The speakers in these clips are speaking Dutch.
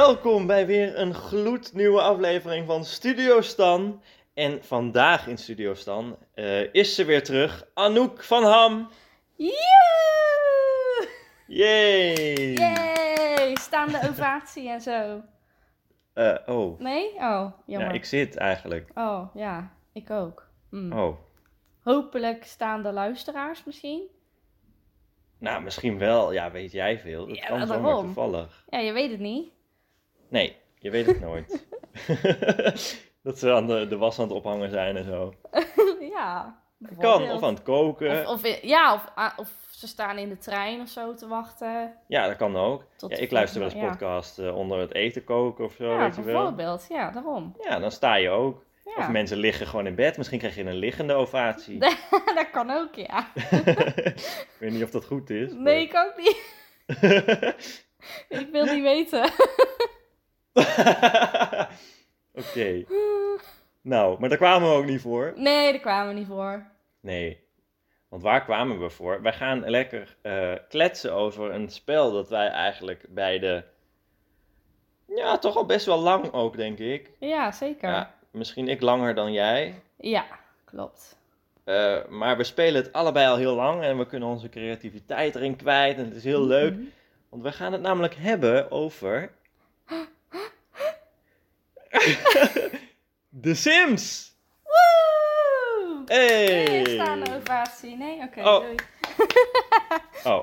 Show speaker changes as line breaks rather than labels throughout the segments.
Welkom bij weer een gloednieuwe aflevering van Studio Stan. En vandaag in Studio Stan is ze weer terug, Anouk van Ham.
Joe!
Yay!
Yay! Staande ovatie en zo.
Oh.
Nee? Oh, jammer.
Ja, ik zit eigenlijk.
Oh, ja. Ik ook.
Oh.
Hopelijk staan de luisteraars misschien.
Nou, misschien wel. Ja, weet jij veel. Dat
Ja,
kan zomaar
daarom.
toevallig.
Ja, je weet het niet.
Nee, je weet het nooit. Dat ze aan de was aan het ophangen zijn en zo.
Ja.
Kan, of aan het koken.
Of ze staan in de trein of zo te wachten.
Ja, dat kan ook.
Tot
Ja,
de
ik luister wel
volgende-
eens podcasts onder het eten koken of zo,
Ja,
weet je wel.
bijvoorbeeld. Ja, daarom.
Ja, dan sta je ook.
Ja.
Of mensen liggen gewoon in bed. Misschien krijg je een liggende ovatie.
Dat kan ook, ja.
Ik weet niet of dat goed is. maar-
Nee, ik ook niet. Ik wil niet weten.
Oké. Nou, maar daar kwamen we ook niet voor.
Nee, daar kwamen we niet voor.
Nee. Want waar kwamen we voor? Wij gaan lekker kletsen over een spel dat wij eigenlijk beide... Ja, toch al best wel lang ook, denk ik.
Ja, zeker.
Ja, misschien ik langer dan jij.
Ja, klopt.
Maar we spelen het allebei al heel lang en we kunnen onze creativiteit erin kwijt en het is heel leuk.
Mhm.
Want we gaan het namelijk hebben over... The Sims!
Woe!
Hey!
Nee, staande ovatie. Nee, oké,
Oh.
doei.
Oh.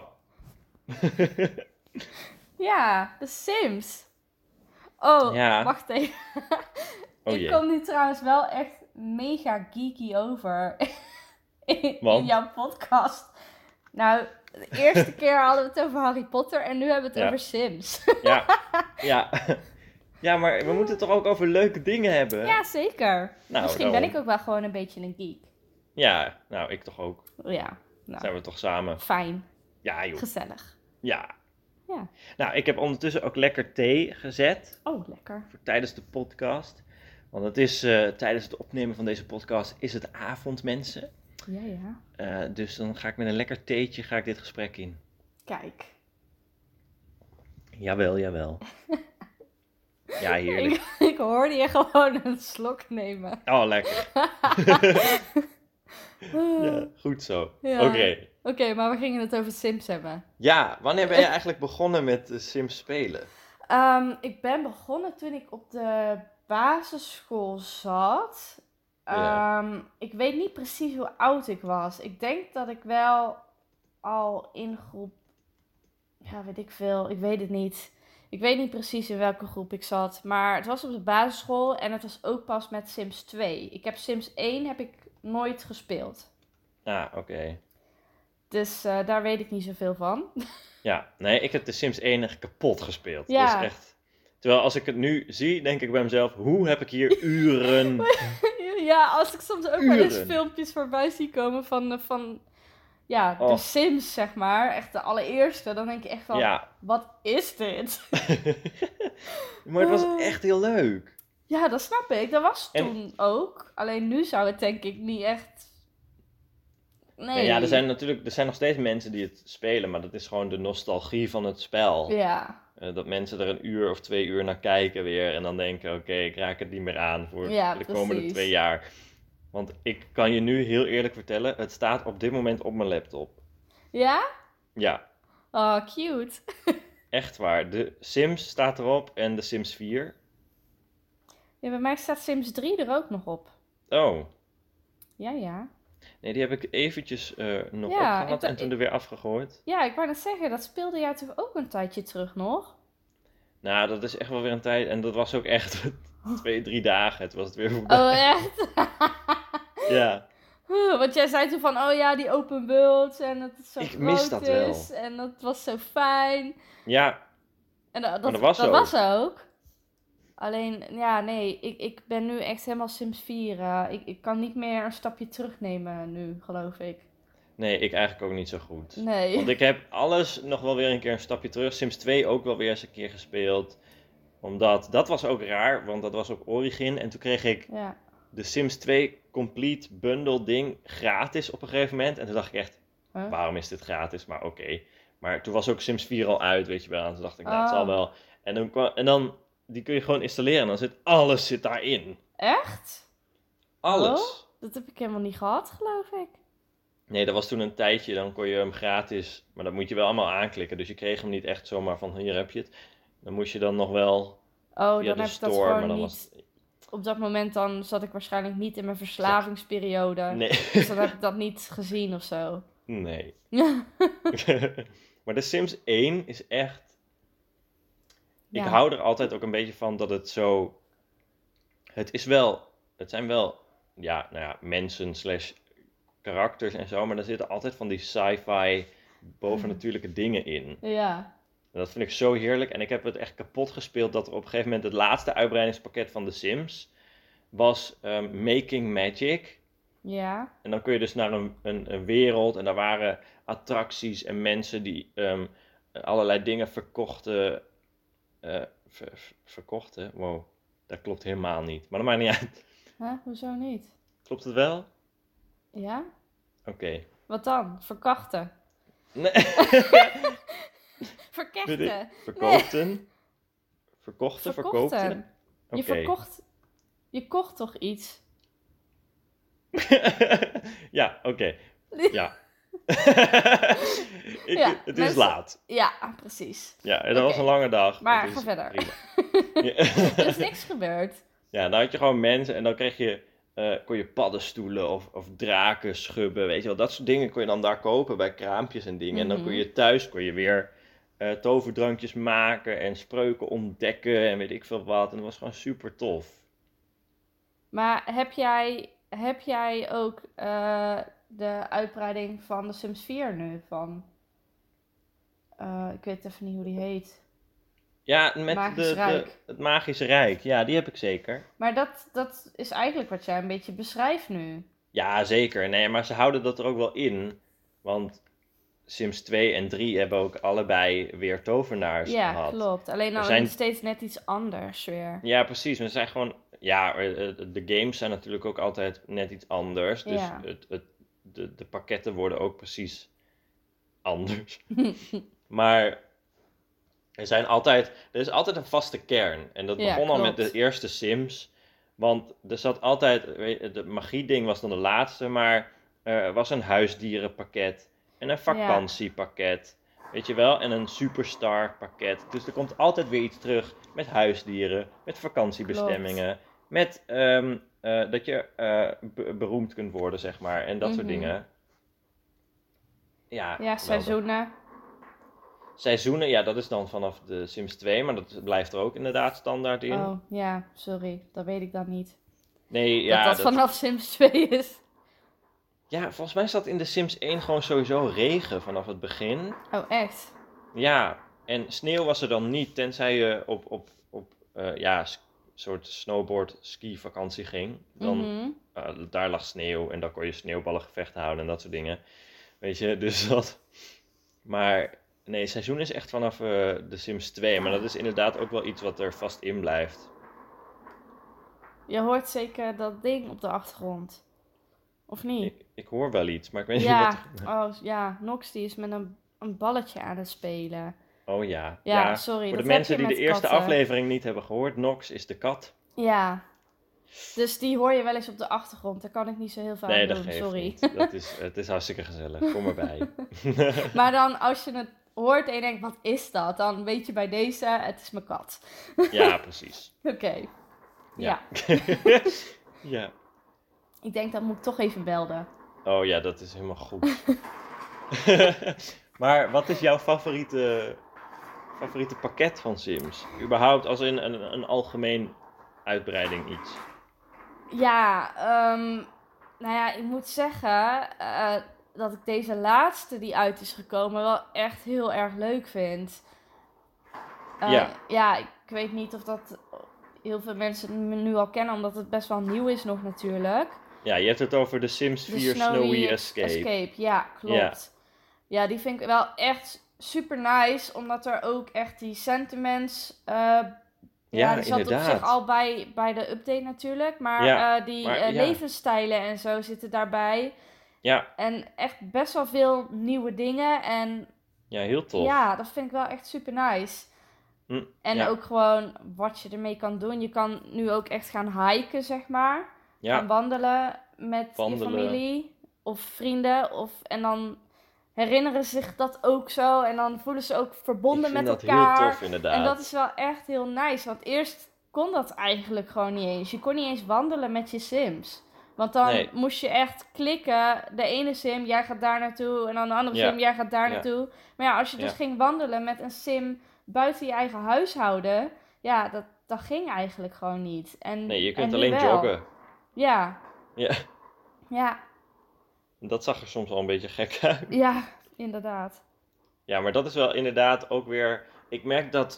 Ja, The Sims. Oh,
Ja.
wacht even.
Oh
Ik
jee.
kom nu trouwens wel echt mega geeky over in
Want?
jouw podcast. Nou, de eerste keer hadden we het over Harry Potter en nu hebben we het
Ja.
over Sims.
Ja. Ja. Ja, maar we moeten het toch ook over leuke dingen hebben?
Ja, zeker.
Nou,
Misschien ben
daarom.
ik ook wel gewoon een beetje een geek.
Ja, nou, ik toch ook.
Ja, nou,
Zijn we toch samen?
fijn.
Ja, joh.
Gezellig.
Ja.
Ja.
Nou, ik heb ondertussen ook lekker thee gezet
Oh, lekker.
voor tijdens de podcast. Want het is tijdens het opnemen van deze podcast is het avond, mensen.
Ja, ja.
Dus dan ga ik met een lekker theetje ga ik dit gesprek in.
Kijk.
Jawel, jawel. Ja, heerlijk.
Ik hoorde je gewoon een slok nemen.
Oh, lekker. Ja, goed zo.
Ja.
Oké.
Oké, maar we gingen het over Sims hebben.
Ja, wanneer ben je eigenlijk begonnen met de Sims spelen?
Ik ben begonnen toen ik op de basisschool zat.
Ja.
Ik weet niet precies hoe oud ik was. Ik denk dat ik wel al in groep... Ja, weet ik veel. Ik weet het niet. Ik weet niet precies in welke groep ik zat. Maar het was op de basisschool en het was ook pas met Sims 2. Ik heb Sims 1 heb ik nooit gespeeld.
Ah, oké.
Dus daar weet ik niet zoveel van.
Ja, nee, ik heb de Sims 1 echt kapot gespeeld.
Ja.
Dat is echt... Terwijl als ik het nu zie, denk ik bij mezelf, hoe heb ik hier uren...
Ja, als ik soms ook wel eens
Uren.
filmpjes voorbij zie komen van ja, de
Oh.
Sims, zeg maar. Echt de allereerste. Dan denk je echt van,
Ja.
wat is dit?
Maar het was echt heel leuk.
Ja, dat snap ik. Dat was
En-
toen ook. Alleen nu zou het denk ik niet echt... Nee.
Ja, er zijn nog steeds mensen die het spelen, maar dat is gewoon de nostalgie van het spel.
Ja,
Dat mensen er een uur of 2 uur naar kijken weer en dan denken, oké, ik raak het niet meer aan voor
Ja,
de komende
precies.
2 jaar. Want ik kan je nu heel eerlijk vertellen, het staat op dit moment op mijn laptop.
ja?
Ja,
Oh, cute.
echt waar. De Sims staat erop en de Sims 4.
Ja, bij mij staat Sims 3 er ook nog op.
Oh,
Ja, ja.
nee, die heb ik eventjes nog
Ja,
opgehad en toen er weer afgegooid.
Ja, ik wou net zeggen, dat speelde jij toch ook een tijdje terug nog?
Nou, dat is echt wel weer een tijd en dat was ook echt 2-3 dagen. Het was het weer voorbij.
Oh, echt?
Ja.
Want jij zei toen van, oh ja, die open world en dat het zo
Ik
groot
mis dat wel.
is. En dat was zo fijn.
Ja,
En dat
dat was ook.
was ook. Alleen, ja, nee, ik ben nu echt helemaal Sims 4. Ik kan niet meer een stapje terugnemen nu, geloof ik.
nee, ik eigenlijk ook niet zo goed.
Nee.
Want ik heb alles nog wel weer een keer een stapje terug. Sims 2 ook wel weer eens een keer gespeeld. Omdat, dat was ook raar, want dat was op Origin. En toen kreeg ik
Ja.
de Sims 2 Complete Bundle ding gratis op een gegeven moment. En toen dacht ik echt,
Huh?
waarom is dit gratis? Maar oké. Maar toen was ook Sims 4 al uit, weet je wel. En toen dacht ik, nou, het zal
Oh.
wel. En dan die kun je gewoon installeren en dan alles zit daarin.
Echt?
Alles.
Oh, dat heb ik helemaal niet gehad, geloof ik.
Nee, dat was toen een tijdje, dan kon je hem gratis, maar dat moet je wel allemaal aanklikken. Dus je kreeg hem niet echt zomaar van, hier heb je het. Dan moest je dan nog wel
Oh,
via
dan
de
heb ik dat
store, maar
gewoon
dan
niet.
was
Op dat moment dan zat ik waarschijnlijk niet in mijn verslavingsperiode.
Nee.
Dus dan heb ik dat niet gezien of zo.
Nee. Maar de Sims 1 is echt... Ik
Ja.
hou er altijd ook een beetje van dat het zo... Het zijn wel, ja, nou ja, mensen / karakters en zo, maar er zitten altijd van die sci-fi bovennatuurlijke dingen in.
Ja.
En dat vind ik zo heerlijk. En ik heb het echt kapot gespeeld dat er op een gegeven moment het laatste uitbreidingspakket van The Sims was Making Magic.
Ja.
En dan kun je dus naar een wereld en daar waren attracties en mensen die allerlei dingen verkochten. Verkochten? Wow, dat klopt helemaal niet. Maar dat maakt niet uit.
Huh? Hoezo niet?
Klopt het wel?
Ja?
Oké.
Wat dan? Verkachten?
Nee.
Verkechten?
Verkochten? Verkochten?
Verkochten.
Verkoopten?
Je
Oké.
verkocht... Je kocht toch iets?
Ja, oké. Ja.
Ja,
Het is
mensen-
laat.
Ja, precies.
Ja, en dat
Oké.
was een lange dag.
Maar
Het is
ga verder.
prima.
Er is niks gebeurd.
Ja, dan had je gewoon mensen en dan kreeg je, kon je paddenstoelen of draken schubben, weet je wel. Dat soort dingen kon je dan daar kopen bij kraampjes en dingen. En dan kon je thuis weer toverdrankjes maken en spreuken ontdekken en weet ik veel wat. En dat was gewoon super tof.
Maar heb jij ook de uitbreiding van de Sims 4 nu? Ik weet even niet hoe die heet.
Ja, met
Magisch Rijk.
het Magische Rijk. Ja, die heb ik zeker.
Maar dat is eigenlijk wat jij een beetje beschrijft nu.
Ja, zeker. Nee, maar ze houden dat er ook wel in. Want Sims 2 en 3 hebben ook allebei weer tovenaars
Ja,
gehad.
klopt. Alleen dan
zijn-
is het steeds net iets anders weer.
Ja, precies. Maar ze zijn gewoon... Ja, de games zijn natuurlijk ook altijd net iets anders. Dus
Ja.
de pakketten worden ook precies anders. Maar er is altijd een vaste kern. En dat
Ja,
begon al met
klopt.
de eerste Sims. Want er zat altijd... De magie-ding was dan de laatste, maar er was een huisdierenpakket en een vakantiepakket. Weet je wel? En een superstar pakket. Dus er komt altijd weer iets terug met huisdieren, met vakantiebestemmingen, met dat je beroemd kunt worden, zeg maar. En dat soort dingen. Ja,
Ja,
geweldig.
seizoenen.
Seizoenen, ja, dat is dan vanaf de Sims 2, maar dat blijft er ook inderdaad standaard in.
Oh, ja, sorry. Dat weet ik dan niet.
Nee, ja,
dat vanaf Sims 2 is.
ja, volgens mij zat in de Sims 1 gewoon sowieso regen vanaf het begin.
Oh, echt?
Ja, en sneeuw was er dan niet, tenzij je op soort snowboard ski vakantie ging. Dan, daar lag sneeuw en dan kon je sneeuwballengevechten houden en dat soort dingen. Weet je, dus dat... Maar nee, seizoen is echt vanaf de Sims 2, maar dat is inderdaad ook wel iets wat er vast in blijft.
Je hoort zeker dat ding op de achtergrond. Of niet?
Ik hoor wel iets, maar ik weet niet
Ja,
wat...
Nox die is met een balletje aan het spelen.
Oh ja.
Ja, sorry.
Voor
dat
de mensen
heb
die
je
de
met
eerste
katten.
aflevering niet hebben gehoord, Nox is de kat.
Ja. Dus die hoor je wel eens op de achtergrond. Daar kan ik niet zo heel veel
Nee,
aan
dat
doen,
geeft
sorry.
niet. Het is hartstikke gezellig. Kom erbij.
Maar dan als je het hoort en je denkt, wat is dat? Dan weet je bij deze, het is mijn kat.
Ja, precies.
Oké. Ja.
Ja.
Ik denk, dat moet ik toch even belden.
Oh ja, dat is helemaal goed. Maar wat is jouw favoriete pakket van Sims? Überhaupt als in een algemeen uitbreiding iets.
Ja, nou ja, ik moet zeggen dat ik deze laatste die uit is gekomen wel echt heel erg leuk vind. Ja, ik weet niet of dat heel veel mensen me nu al kennen, omdat het best wel nieuw is nog natuurlijk.
Ja, je hebt het over de Sims 4 Snowy Escape.
Ja, klopt. Ja, die vind ik wel echt super nice, omdat er ook echt die sentiments... die zat
inderdaad.
op zich al bij de update natuurlijk. Maar levensstijlen en zo zitten daarbij.
Ja.
En echt best wel veel nieuwe dingen. En
ja, heel tof.
ja, dat vind ik wel echt super nice. En
Ja,
ook gewoon wat je ermee kan doen. Je kan nu ook echt gaan hiken, zeg maar. Gaan
ja,
wandelen met je
wandelen.
familie of vrienden. En dan herinneren ze zich dat ook zo. En dan voelen ze ook
Ik
verbonden
vind
met
dat heel
elkaar.
tof
En dat
inderdaad.
is wel echt heel nice. Want eerst kon dat eigenlijk gewoon niet eens. Je kon niet eens wandelen met je Sims. Want dan
Nee,
moest je echt klikken. De ene Sim, jij gaat daar naartoe. En dan de andere Sim,
ja,
jij gaat daar
ja,
naartoe. Maar ja, als je dus
ja.
ging wandelen met een Sim buiten je eigen huishouden. Ja, dat ging eigenlijk gewoon niet.
Nee, je
En
kunt
nu
alleen
wel.
joggen.
Ja,
Ja,
ja,
dat zag er soms al een beetje gek uit.
ja, inderdaad.
Ja, maar dat is wel inderdaad ook weer. Ik merk dat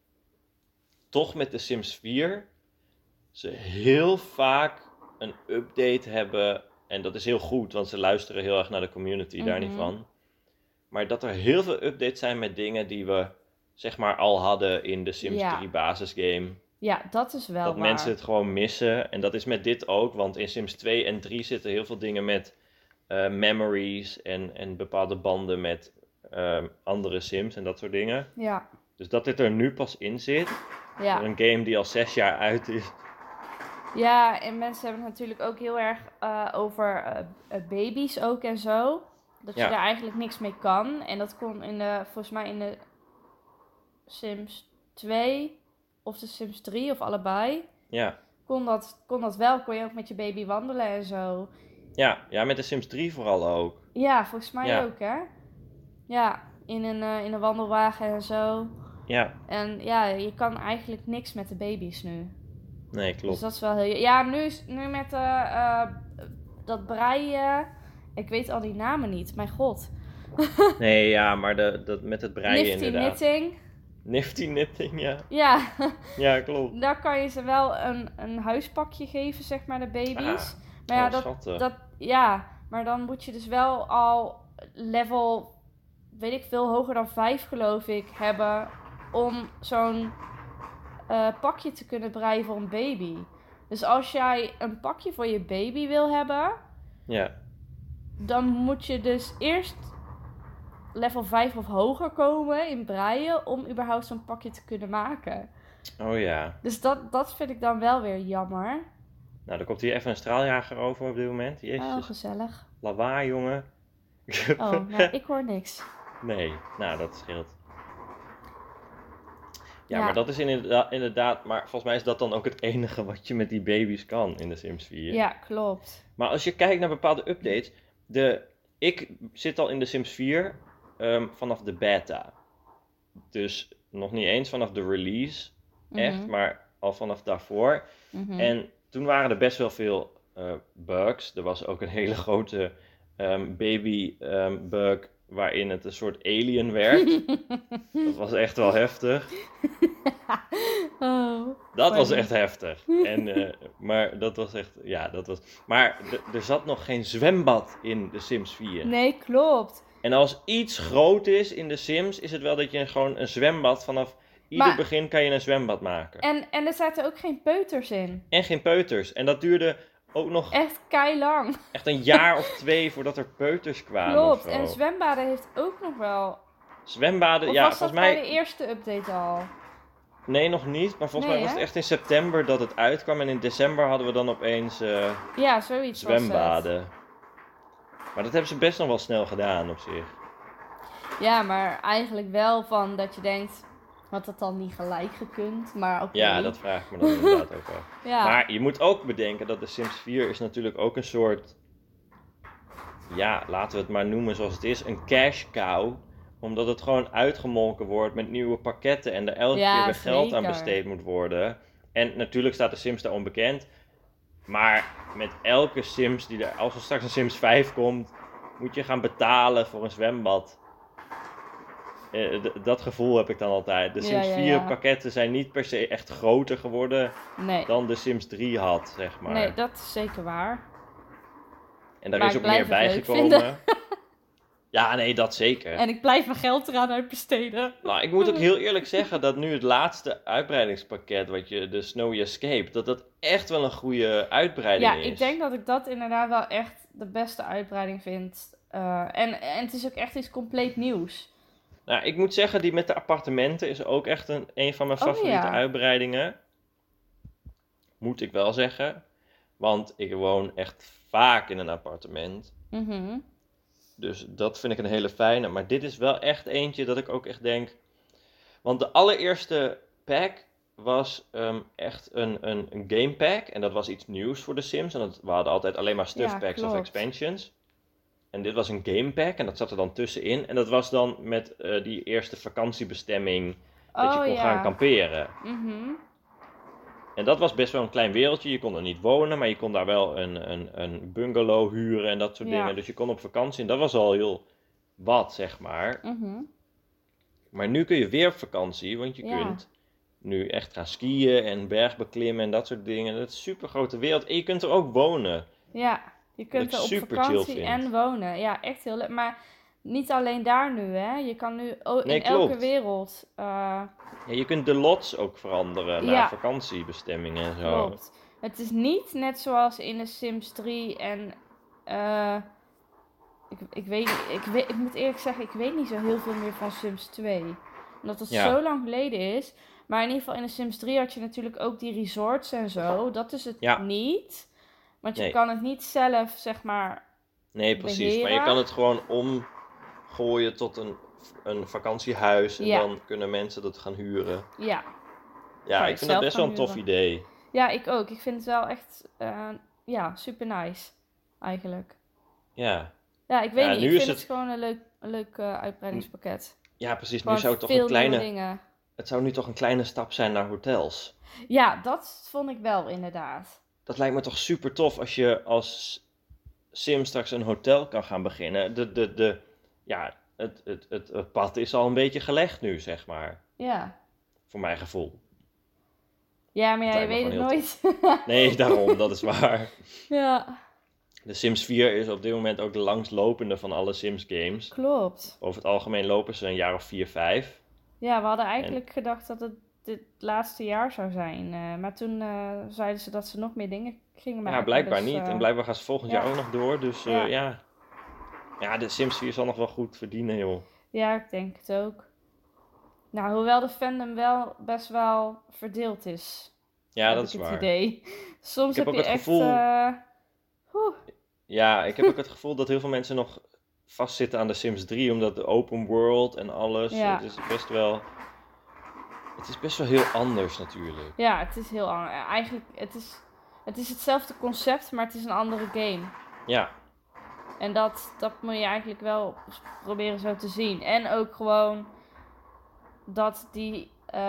toch met de Sims 4 ze heel vaak een update hebben. En dat is heel goed, want ze luisteren heel erg naar de community, daar niet
Mhm.
van. Maar dat er heel veel updates zijn met dingen die we zeg maar al hadden in de Sims
Ja,
3 basisgame.
ja, dat is wel
Dat mensen
waar.
het gewoon missen. En dat is met dit ook, want in Sims 2 en 3 zitten heel veel dingen met memories en bepaalde banden met andere Sims en dat soort dingen.
Ja,
Dus dat dit er nu pas in zit,
ja.
een game die al 6 jaar uit is.
Ja, en mensen hebben het natuurlijk ook heel erg over baby's ook en zo. Dat je
Ja,
daar eigenlijk niks mee kan. En dat kon volgens mij in de Sims 2 of de Sims 3 of allebei.
ja,
Kon dat wel. Kon je ook met je baby wandelen en zo.
ja, met de Sims 3 vooral ook.
Ja, volgens mij
Ja,
ook, hè? Ja, in een wandelwagen en zo.
ja,
En ja, je kan eigenlijk niks met de baby's nu.
nee,
Dus
klopt.
dat is wel heel... Ja, nu met dat breien... Ik weet al die namen niet, mijn god.
Nee, ja, maar dat met het breien
Nifty
inderdaad.
Knitting.
Nifty knitting, ja.
Ja,
Ja, klopt.
daar kan je ze wel een huispakje geven, zeg maar, de baby's. Maar ja,
Oh, schattig.
ja, maar dan moet je dus wel al level, weet ik veel, hoger dan 5 geloof ik, hebben om zo'n pakje te kunnen breien voor een baby. Dus als jij een pakje voor je baby wil hebben,
Ja,
dan moet je dus eerst level 5 of hoger komen in breien om überhaupt zo'n pakje te kunnen maken.
oh ja.
Dus dat vind ik dan wel weer jammer.
Nou, er komt hier even een straaljager over op dit moment.
Oh,
Jezus,
gezellig.
lawaai, jongen.
Oh, nou, ik hoor niks.
Nee, nou, dat scheelt. Ja,
Ja,
maar dat is inderdaad, maar volgens mij is dat dan ook het enige wat je met die baby's kan in de Sims 4.
ja, klopt.
Maar als je kijkt naar bepaalde updates, ik zit al in de Sims 4 vanaf de beta. Dus nog niet eens vanaf de release, echt,
Mhm,
maar al vanaf daarvoor.
mhm.
En toen waren er best wel veel bugs. Er was ook een hele grote baby bug waarin het een soort alien werd. Dat was echt wel heftig.
Oh,
Dat was
funny.
echt heftig. Maar dat was echt, ja, dat was... Maar er zat nog geen zwembad in de Sims 4.
Nee, klopt.
En als iets groot is in de Sims, is het wel dat je gewoon een zwembad vanaf ieder
Maar,
begin kan je een zwembad maken.
en er zaten ook geen peuters in.
En geen peuters. En dat duurde ook nog
Echt kei lang.
echt een jaar of 2 voordat er peuters kwamen of
Klopt.
zo.
En zwembaden heeft ook nog wel.
Zwembaden,
Of
ja,
was dat
volgens mij...
bij de eerste update al?
Nee, nog niet. Maar volgens mij
Nee,
was het
hè?
echt in september dat het uitkwam. En in december hadden we dan opeens
Ja, zoiets was het.
zwembaden. Maar dat hebben ze best nog wel snel gedaan op zich.
Ja, maar eigenlijk wel van dat je denkt, had dat dan niet gelijk gekund? Maar oké.
Ja, dat vraag ik me dan inderdaad ook wel.
Ja,
Maar je moet ook bedenken dat de Sims 4 is natuurlijk ook een soort... Ja, laten we het maar noemen zoals het is. Een cash cow. Omdat het gewoon uitgemolken wordt met nieuwe pakketten. En er elke
Ja,
keer weer geld aan
zeker.
besteed moet worden. En natuurlijk staat de Sims daar onbekend. Maar met elke Sims die er... Als er straks een Sims 5 komt... Moet je gaan betalen voor een zwembad. Dat gevoel heb ik dan altijd. De
Ja,
Sims
ja,
4
ja.
pakketten zijn niet per se echt groter geworden
nee.
dan de Sims 3 had, zeg maar.
Nee, dat is zeker waar.
En daar
Maar
is
ik
ook meer
blijf het leuk
bijgekomen. Ja, nee, dat zeker.
En ik blijf mijn geld eraan uitbesteden.
Nou, ik moet ook heel eerlijk zeggen dat nu het laatste uitbreidingspakket, de Snowy Escape, dat echt wel een goede uitbreiding
Ja,
is.
ik denk dat ik dat inderdaad wel echt de beste uitbreiding vind. En het is ook echt iets compleet nieuws.
Nou, ik moet zeggen, die met de appartementen is ook echt een van mijn
Oh
favoriete
ja.
uitbreidingen. Moet ik wel zeggen. Want ik woon echt vaak in een appartement.
Mhm.
Dus dat vind ik een hele fijne. Maar dit is wel echt eentje dat ik ook echt denk. Want de allereerste pack was echt een game pack. En dat was iets nieuws voor de Sims. En we hadden altijd alleen maar stuff
Ja,
packs of
klopt.
expansions. En dit was een game pack en dat zat er dan tussenin. En dat was dan met die eerste vakantiebestemming dat je
Oh
kon gaan
ja.
kamperen.
Mhm.
En dat was best wel een klein wereldje. Je kon er niet wonen, maar je kon daar wel een bungalow huren en dat soort dingen.
Ja.
Dus je kon op vakantie en dat was al heel wat, zeg maar.
Mhm.
Maar nu kun je weer op vakantie, want je
Ja.
kunt nu echt gaan skiën en bergbeklimmen en dat soort dingen. Dat is een super grote wereld. En je kunt er ook wonen.
Ja. Je
Wat
kunt
ik
er op
super chill
vakantie
vind.
en wonen. Ja, echt heel leuk. Maar niet alleen daar nu, hè. Je kan nu
Nee,
in elke
klopt.
wereld.
Ja, je kunt de lots ook veranderen naar
Ja,
vakantiebestemmingen en zo.
klopt. Het is niet net zoals in de Sims 3 en... eh, ik moet eerlijk zeggen, ik weet niet zo heel veel meer van Sims 2. Omdat het
Ja,
zo lang geleden is. Maar in ieder geval in de Sims 3 had je natuurlijk ook die resorts en zo. Dat is het
ja,
niet. Want je
nee.
kan het niet zelf, zeg maar,
Nee, precies. Maar je
beheren.
kan het gewoon omgooien tot een vakantiehuis en
Ja,
dan kunnen mensen dat gaan huren.
ja.
Ja,
Kan je
ik
het
vind dat
zelf
best wel
gaan
een tof
huren.
idee.
Ja, ik ook. Ik vind het wel echt, ja, super nice. Eigenlijk.
Ja,
Ja, ik weet
ja,
niet. Ik
nu is
vind het
het...
gewoon een leuk uitbreidingspakket.
Ja, precies. Nu
Gewoon
zou het toch
veel nieuwe dingen.
Het zou nu toch een kleine stap zijn naar hotels.
Ja, dat vond ik wel inderdaad.
Dat lijkt me toch super tof als je als Sim straks een hotel kan gaan beginnen. Ja, het pad is al een beetje gelegd nu, zeg maar.
Ja.
Voor mijn gevoel.
Ja, maar
Dat
ja, je
lijkt me
weet het
gewoon heel tof.
nooit.
Nee, daarom, dat is waar.
Ja,
De Sims 4 is op dit moment ook de langstlopende van alle Sims games.
klopt.
Over het algemeen lopen ze een jaar of 4, 5.
Ja, we hadden
En
eigenlijk gedacht dat het dit laatste jaar zou zijn. Maar toen zeiden ze dat ze nog meer dingen gingen
ja,
maken.
blijkbaar
Dus
niet. En blijkbaar gaan ze volgend jaar
ja,
ook nog door. Dus
ja.
ja. Ja, de Sims 4 zal nog wel goed verdienen, joh.
Ja, ik denk het ook. Nou, hoewel de fandom wel best wel verdeeld is,
Ja,
heb
dat
ik
is
het
waar.
idee.
Ik
Soms
heb
heb
ook
je
het
echt...
gevoel...
oeh,
Ja, ik heb ook het gevoel dat heel veel mensen nog vastzitten aan de Sims 3. Omdat de open world en alles...
ja.
Het is best wel heel anders natuurlijk.
Ja, het is heel anders. Eigenlijk, het is hetzelfde concept, maar het is een andere game.
Ja,
En dat moet je eigenlijk wel proberen zo te zien. En ook gewoon dat die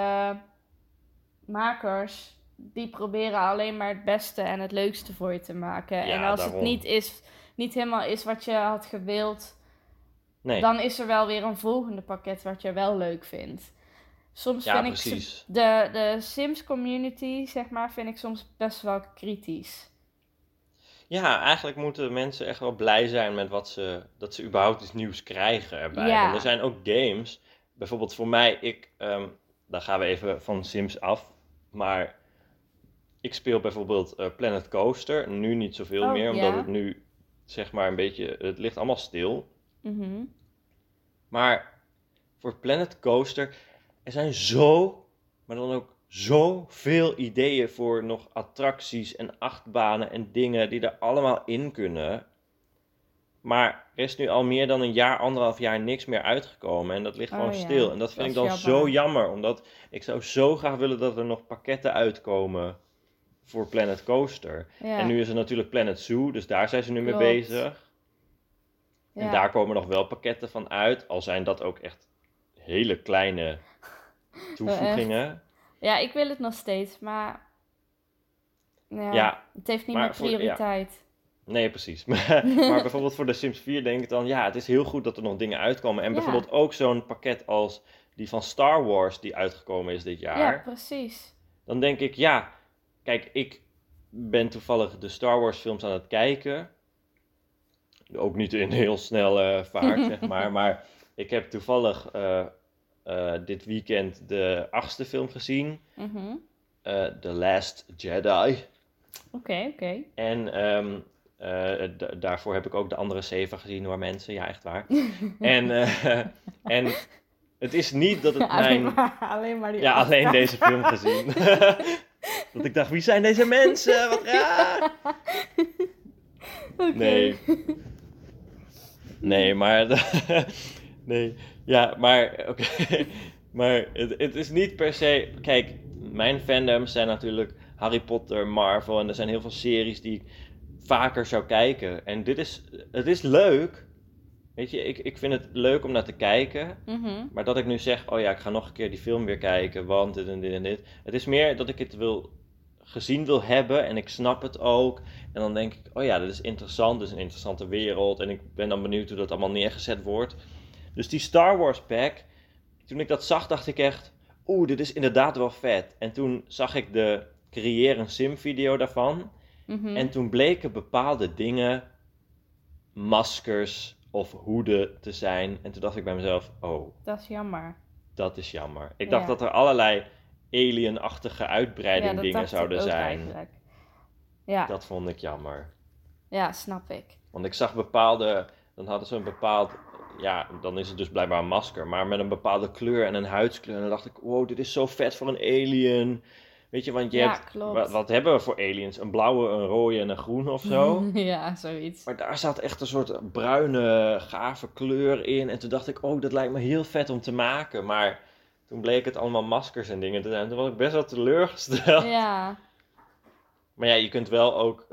makers, die proberen alleen maar het beste en het leukste voor je te maken. En
ja,
als het
daarom.
niet helemaal is wat je had gewild,
Nee.
dan is er wel weer een volgende pakket wat je wel leuk vindt. Soms
Ja,
vind ik
precies.
de Sims community, zeg maar, vind ik soms best wel kritisch.
Ja, eigenlijk moeten mensen echt wel blij zijn met dat ze überhaupt iets nieuws krijgen erbij. Want er
Ja,
zijn ook games, bijvoorbeeld voor mij, dan gaan we even van Sims af, maar ik speel bijvoorbeeld Planet Coaster, nu niet zoveel
oh
meer, omdat het
ja.
nu zeg maar een beetje, het ligt allemaal stil.
Mhm.
Maar voor Planet Coaster, er zijn zo, maar dan ook zoveel ideeën voor nog attracties en achtbanen en dingen die er allemaal in kunnen. Maar er is nu al meer dan een jaar, 1,5 jaar niks meer uitgekomen en dat ligt gewoon
Oh
stil.
ja,
En dat vind
dat
ik
is
dan zo
jammer.
jammer, omdat ik zou zo graag willen dat er nog pakketten uitkomen voor Planet Coaster. En
Ja,
nu is er natuurlijk Planet Zoo, dus daar zijn ze nu mee
klopt.
bezig. En
Ja.
daar komen nog wel pakketten van uit, al zijn dat ook echt hele kleine
Echt.
toevoegingen.
Ja, ik wil het nog steeds, maar ja,
Ja,
het heeft niet meer
maar
prioriteit.
nee, precies. Maar bijvoorbeeld voor de Sims 4 denk ik dan, ja, het is heel goed dat er nog dingen uitkomen. En
Ja,
bijvoorbeeld ook zo'n pakket als die van Star Wars die uitgekomen is dit
ja,
jaar.
precies.
Dan denk ik, ja, kijk, ik ben toevallig de Star Wars films aan het kijken. Ook niet in heel snelle vaart, zeg maar. Maar ik heb toevallig dit weekend de 8e film gezien.
Mhm.
The Last Jedi.
Oké.
En daarvoor heb ik ook de andere 7 gezien hoor mensen. Ja, echt waar. En, en Het is niet dat het
Alleen maar die
Ja, alleen
afspraak.
deze film gezien. Dat ik dacht, wie zijn deze mensen? Wat raar!
Oké.
Nee. Nee, maar... Nee. Ja, maar... Oké. Maar het is niet per se... Kijk, mijn fandoms zijn natuurlijk Harry Potter, Marvel... En er zijn heel veel series die ik vaker zou kijken. En het is leuk. Weet je, ik vind het leuk om naar te kijken.
Mhm.
Maar dat ik nu zeg, oh ja, ik ga nog een keer die film weer kijken, want dit en dit en dit. Het is meer dat ik het gezien wil hebben en ik snap het ook. En dan denk ik, oh ja, dit is interessant, dit is een interessante wereld. En ik ben dan benieuwd hoe dat allemaal neergezet wordt. Dus die Star Wars pack, toen ik dat zag, dacht ik echt, dit is inderdaad wel vet. En toen zag ik de Creëer een Sim video daarvan.
Mhm.
En toen bleken bepaalde dingen, maskers of hoeden te zijn. En toen dacht ik bij mezelf,
Dat is jammer.
dat is jammer. Ik
Ja.
dacht dat er allerlei alien-achtige
Ja,
uitbreiding
dat
dingen
dacht ik
zouden
ook
zijn.
eigenlijk. Ja.
Dat vond ik jammer.
Ja, snap ik.
Want ik zag dan hadden ze een bepaald, ja, dan is het dus blijkbaar een masker, maar met een bepaalde kleur en een huidskleur. En dan dacht ik, wow, dit is zo vet voor een alien. Weet je, want je
Ja,
hebt,
klopt.
wat hebben we voor aliens? Een blauwe, een rode en een groene of zo?
Ja, zoiets.
Maar daar zat echt een soort bruine, gave kleur in. En toen dacht ik, dat lijkt me heel vet om te maken. Maar toen bleek het allemaal maskers en dingen te zijn. Toen was ik best wel teleurgesteld.
Ja.
Maar ja, je kunt wel ook...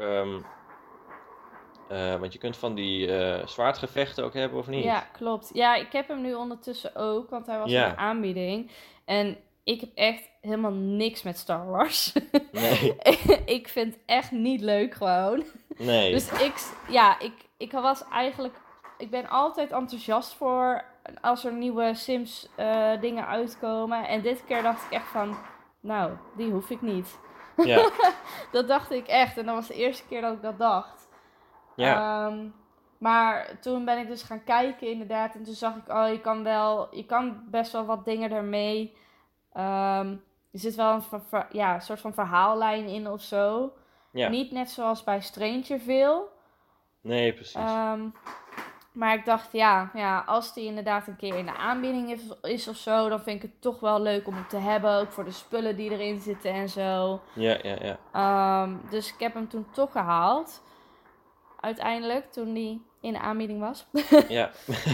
want je kunt van die zwaardgevechten ook hebben, of niet?
Ja, klopt. Ja, ik heb hem nu ondertussen ook, want hij was in
Ja.
de aanbieding. En ik heb echt helemaal niks met Star Wars.
Nee.
Ik vind het echt niet leuk gewoon.
Nee.
Dus ik was eigenlijk... Ik ben altijd enthousiast voor als er nieuwe Sims dingen uitkomen. En dit keer dacht ik echt van... Nou, die hoef ik niet.
Ja.
Dat dacht ik echt. En dat was de eerste keer dat ik dat dacht.
Ja.
Maar toen ben ik dus gaan kijken inderdaad. En toen zag ik, je kan best wel wat dingen ermee. Er zit wel een soort van verhaallijn in of zo.
Ja.
Niet net zoals bij Stranger veel.
Nee, precies.
Maar ik dacht, ja, als die inderdaad een keer in de aanbieding is of zo, dan vind ik het toch wel leuk om hem te hebben. Ook voor de spullen die erin zitten en zo.
Ja.
Dus ik heb hem toen toch gehaald. Uiteindelijk, toen die in de aanbieding was.
Ja.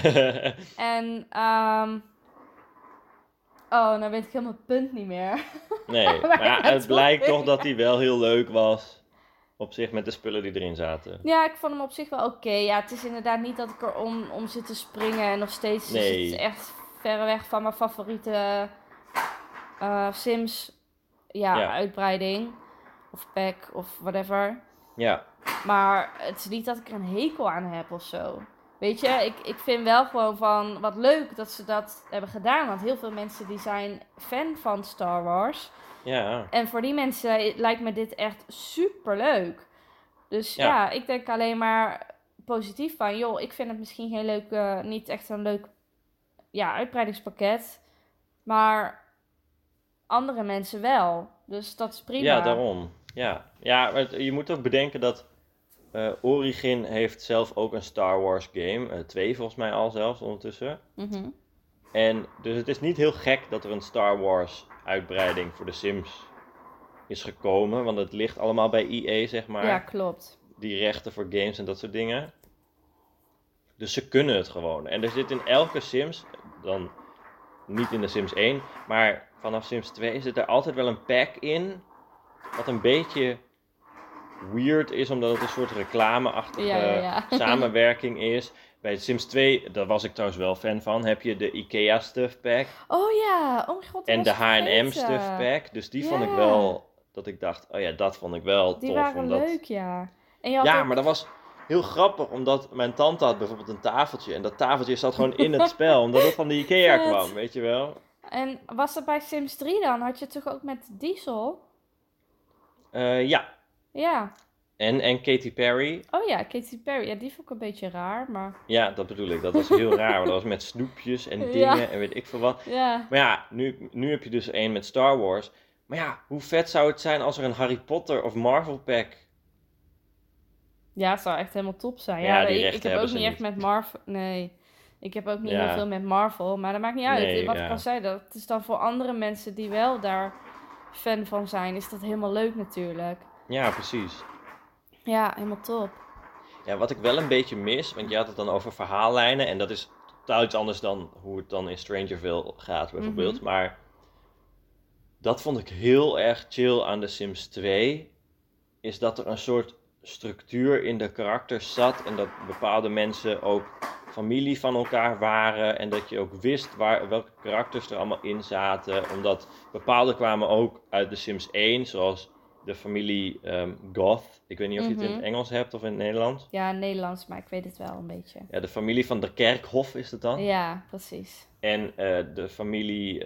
En, nou weet ik helemaal het punt niet meer.
Nee,
Maar
maar
het
het blijkt
was
toch dat hij wel heel leuk was. Op zich met de spullen die erin zaten.
Ja, ik vond hem op zich wel oké. Ja, het is inderdaad niet dat ik er om zit te springen. En nog steeds is het echt verreweg van mijn favoriete Sims uitbreiding. Of pack of whatever.
Ja.
Maar het is niet dat ik er een hekel aan heb of zo. Weet je, ik vind wel gewoon van wat leuk dat ze dat hebben gedaan. Want heel veel mensen die zijn fan van Star Wars.
Ja.
En voor die mensen lijkt me dit echt super leuk. Dus ja, ik denk alleen maar positief van, joh, ik vind het misschien geen leuk, niet echt een leuk uitbreidingspakket. Maar andere mensen wel. Dus dat is prima.
Ja, daarom. Ja, maar je moet ook bedenken dat Origin heeft zelf ook een Star Wars game. 2 volgens mij al zelfs ondertussen.
Mhm.
En dus het is niet heel gek dat er een Star Wars uitbreiding voor de Sims is gekomen. Want het ligt allemaal bij EA, zeg maar.
Ja, klopt.
Die rechten voor games en dat soort dingen. Dus ze kunnen het gewoon. En er zit in elke Sims, dan niet in de Sims 1, maar vanaf Sims 2 zit er altijd wel een pack in. Wat een beetje weird is, omdat het een soort reclameachtige samenwerking is. Bij Sims 2, daar was ik trouwens wel fan van, heb je de IKEA Stuff Pack.
Oh ja, oh mijn god.
En de H&M Stuff Pack. Dus die vond ik wel, dat ik dacht, dat vond ik wel tof.
Die waren leuk, ja. En je had
ja, maar dat was heel grappig, omdat mijn tante had bijvoorbeeld een tafeltje. En dat tafeltje zat gewoon in het spel, omdat het van de IKEA kwam, weet je wel.
En was dat bij Sims 3 dan? Had je het toch ook met Diesel?
Ja.
Ja.
En Katy Perry.
Oh ja, Katy Perry. Ja, die vond ik een beetje raar, maar...
Ja, dat bedoel ik. Dat was heel raar. Dat was met snoepjes en dingen en weet ik veel wat.
Ja.
Maar ja, nu heb je dus één met Star Wars. Maar ja, hoe vet zou het zijn als er een Harry Potter of Marvel pack...
Ja, het zou echt helemaal top zijn.
Ja, die
ik
rechten
heb ook
hebben
niet
ze
echt met Marvel... Nee. Ik heb ook niet
Ja.
heel veel met Marvel, maar dat maakt niet uit.
Nee,
Wat
ja.
ik al zei, dat is dan voor andere mensen die wel daar fan van zijn, is dat helemaal leuk natuurlijk.
Ja, precies.
Ja, helemaal top.
Ja, wat ik wel een beetje mis, want je had het dan over verhaallijnen en dat is totaal iets anders dan hoe het dan in Strangerville gaat bijvoorbeeld.
Mhm.
Maar dat vond ik heel erg chill aan The Sims 2, is dat er een soort structuur in de karakters zat en dat bepaalde mensen ook familie van elkaar waren en dat je ook wist welke karakters er allemaal in zaten, omdat bepaalde kwamen ook uit The Sims 1, zoals de familie Goth. Ik weet niet of je het in het Engels hebt of in het Nederlands.
Ja, Nederlands, maar ik weet het wel een beetje.
Ja, de familie van de Kerkhof is het dan.
Ja, precies.
En de familie,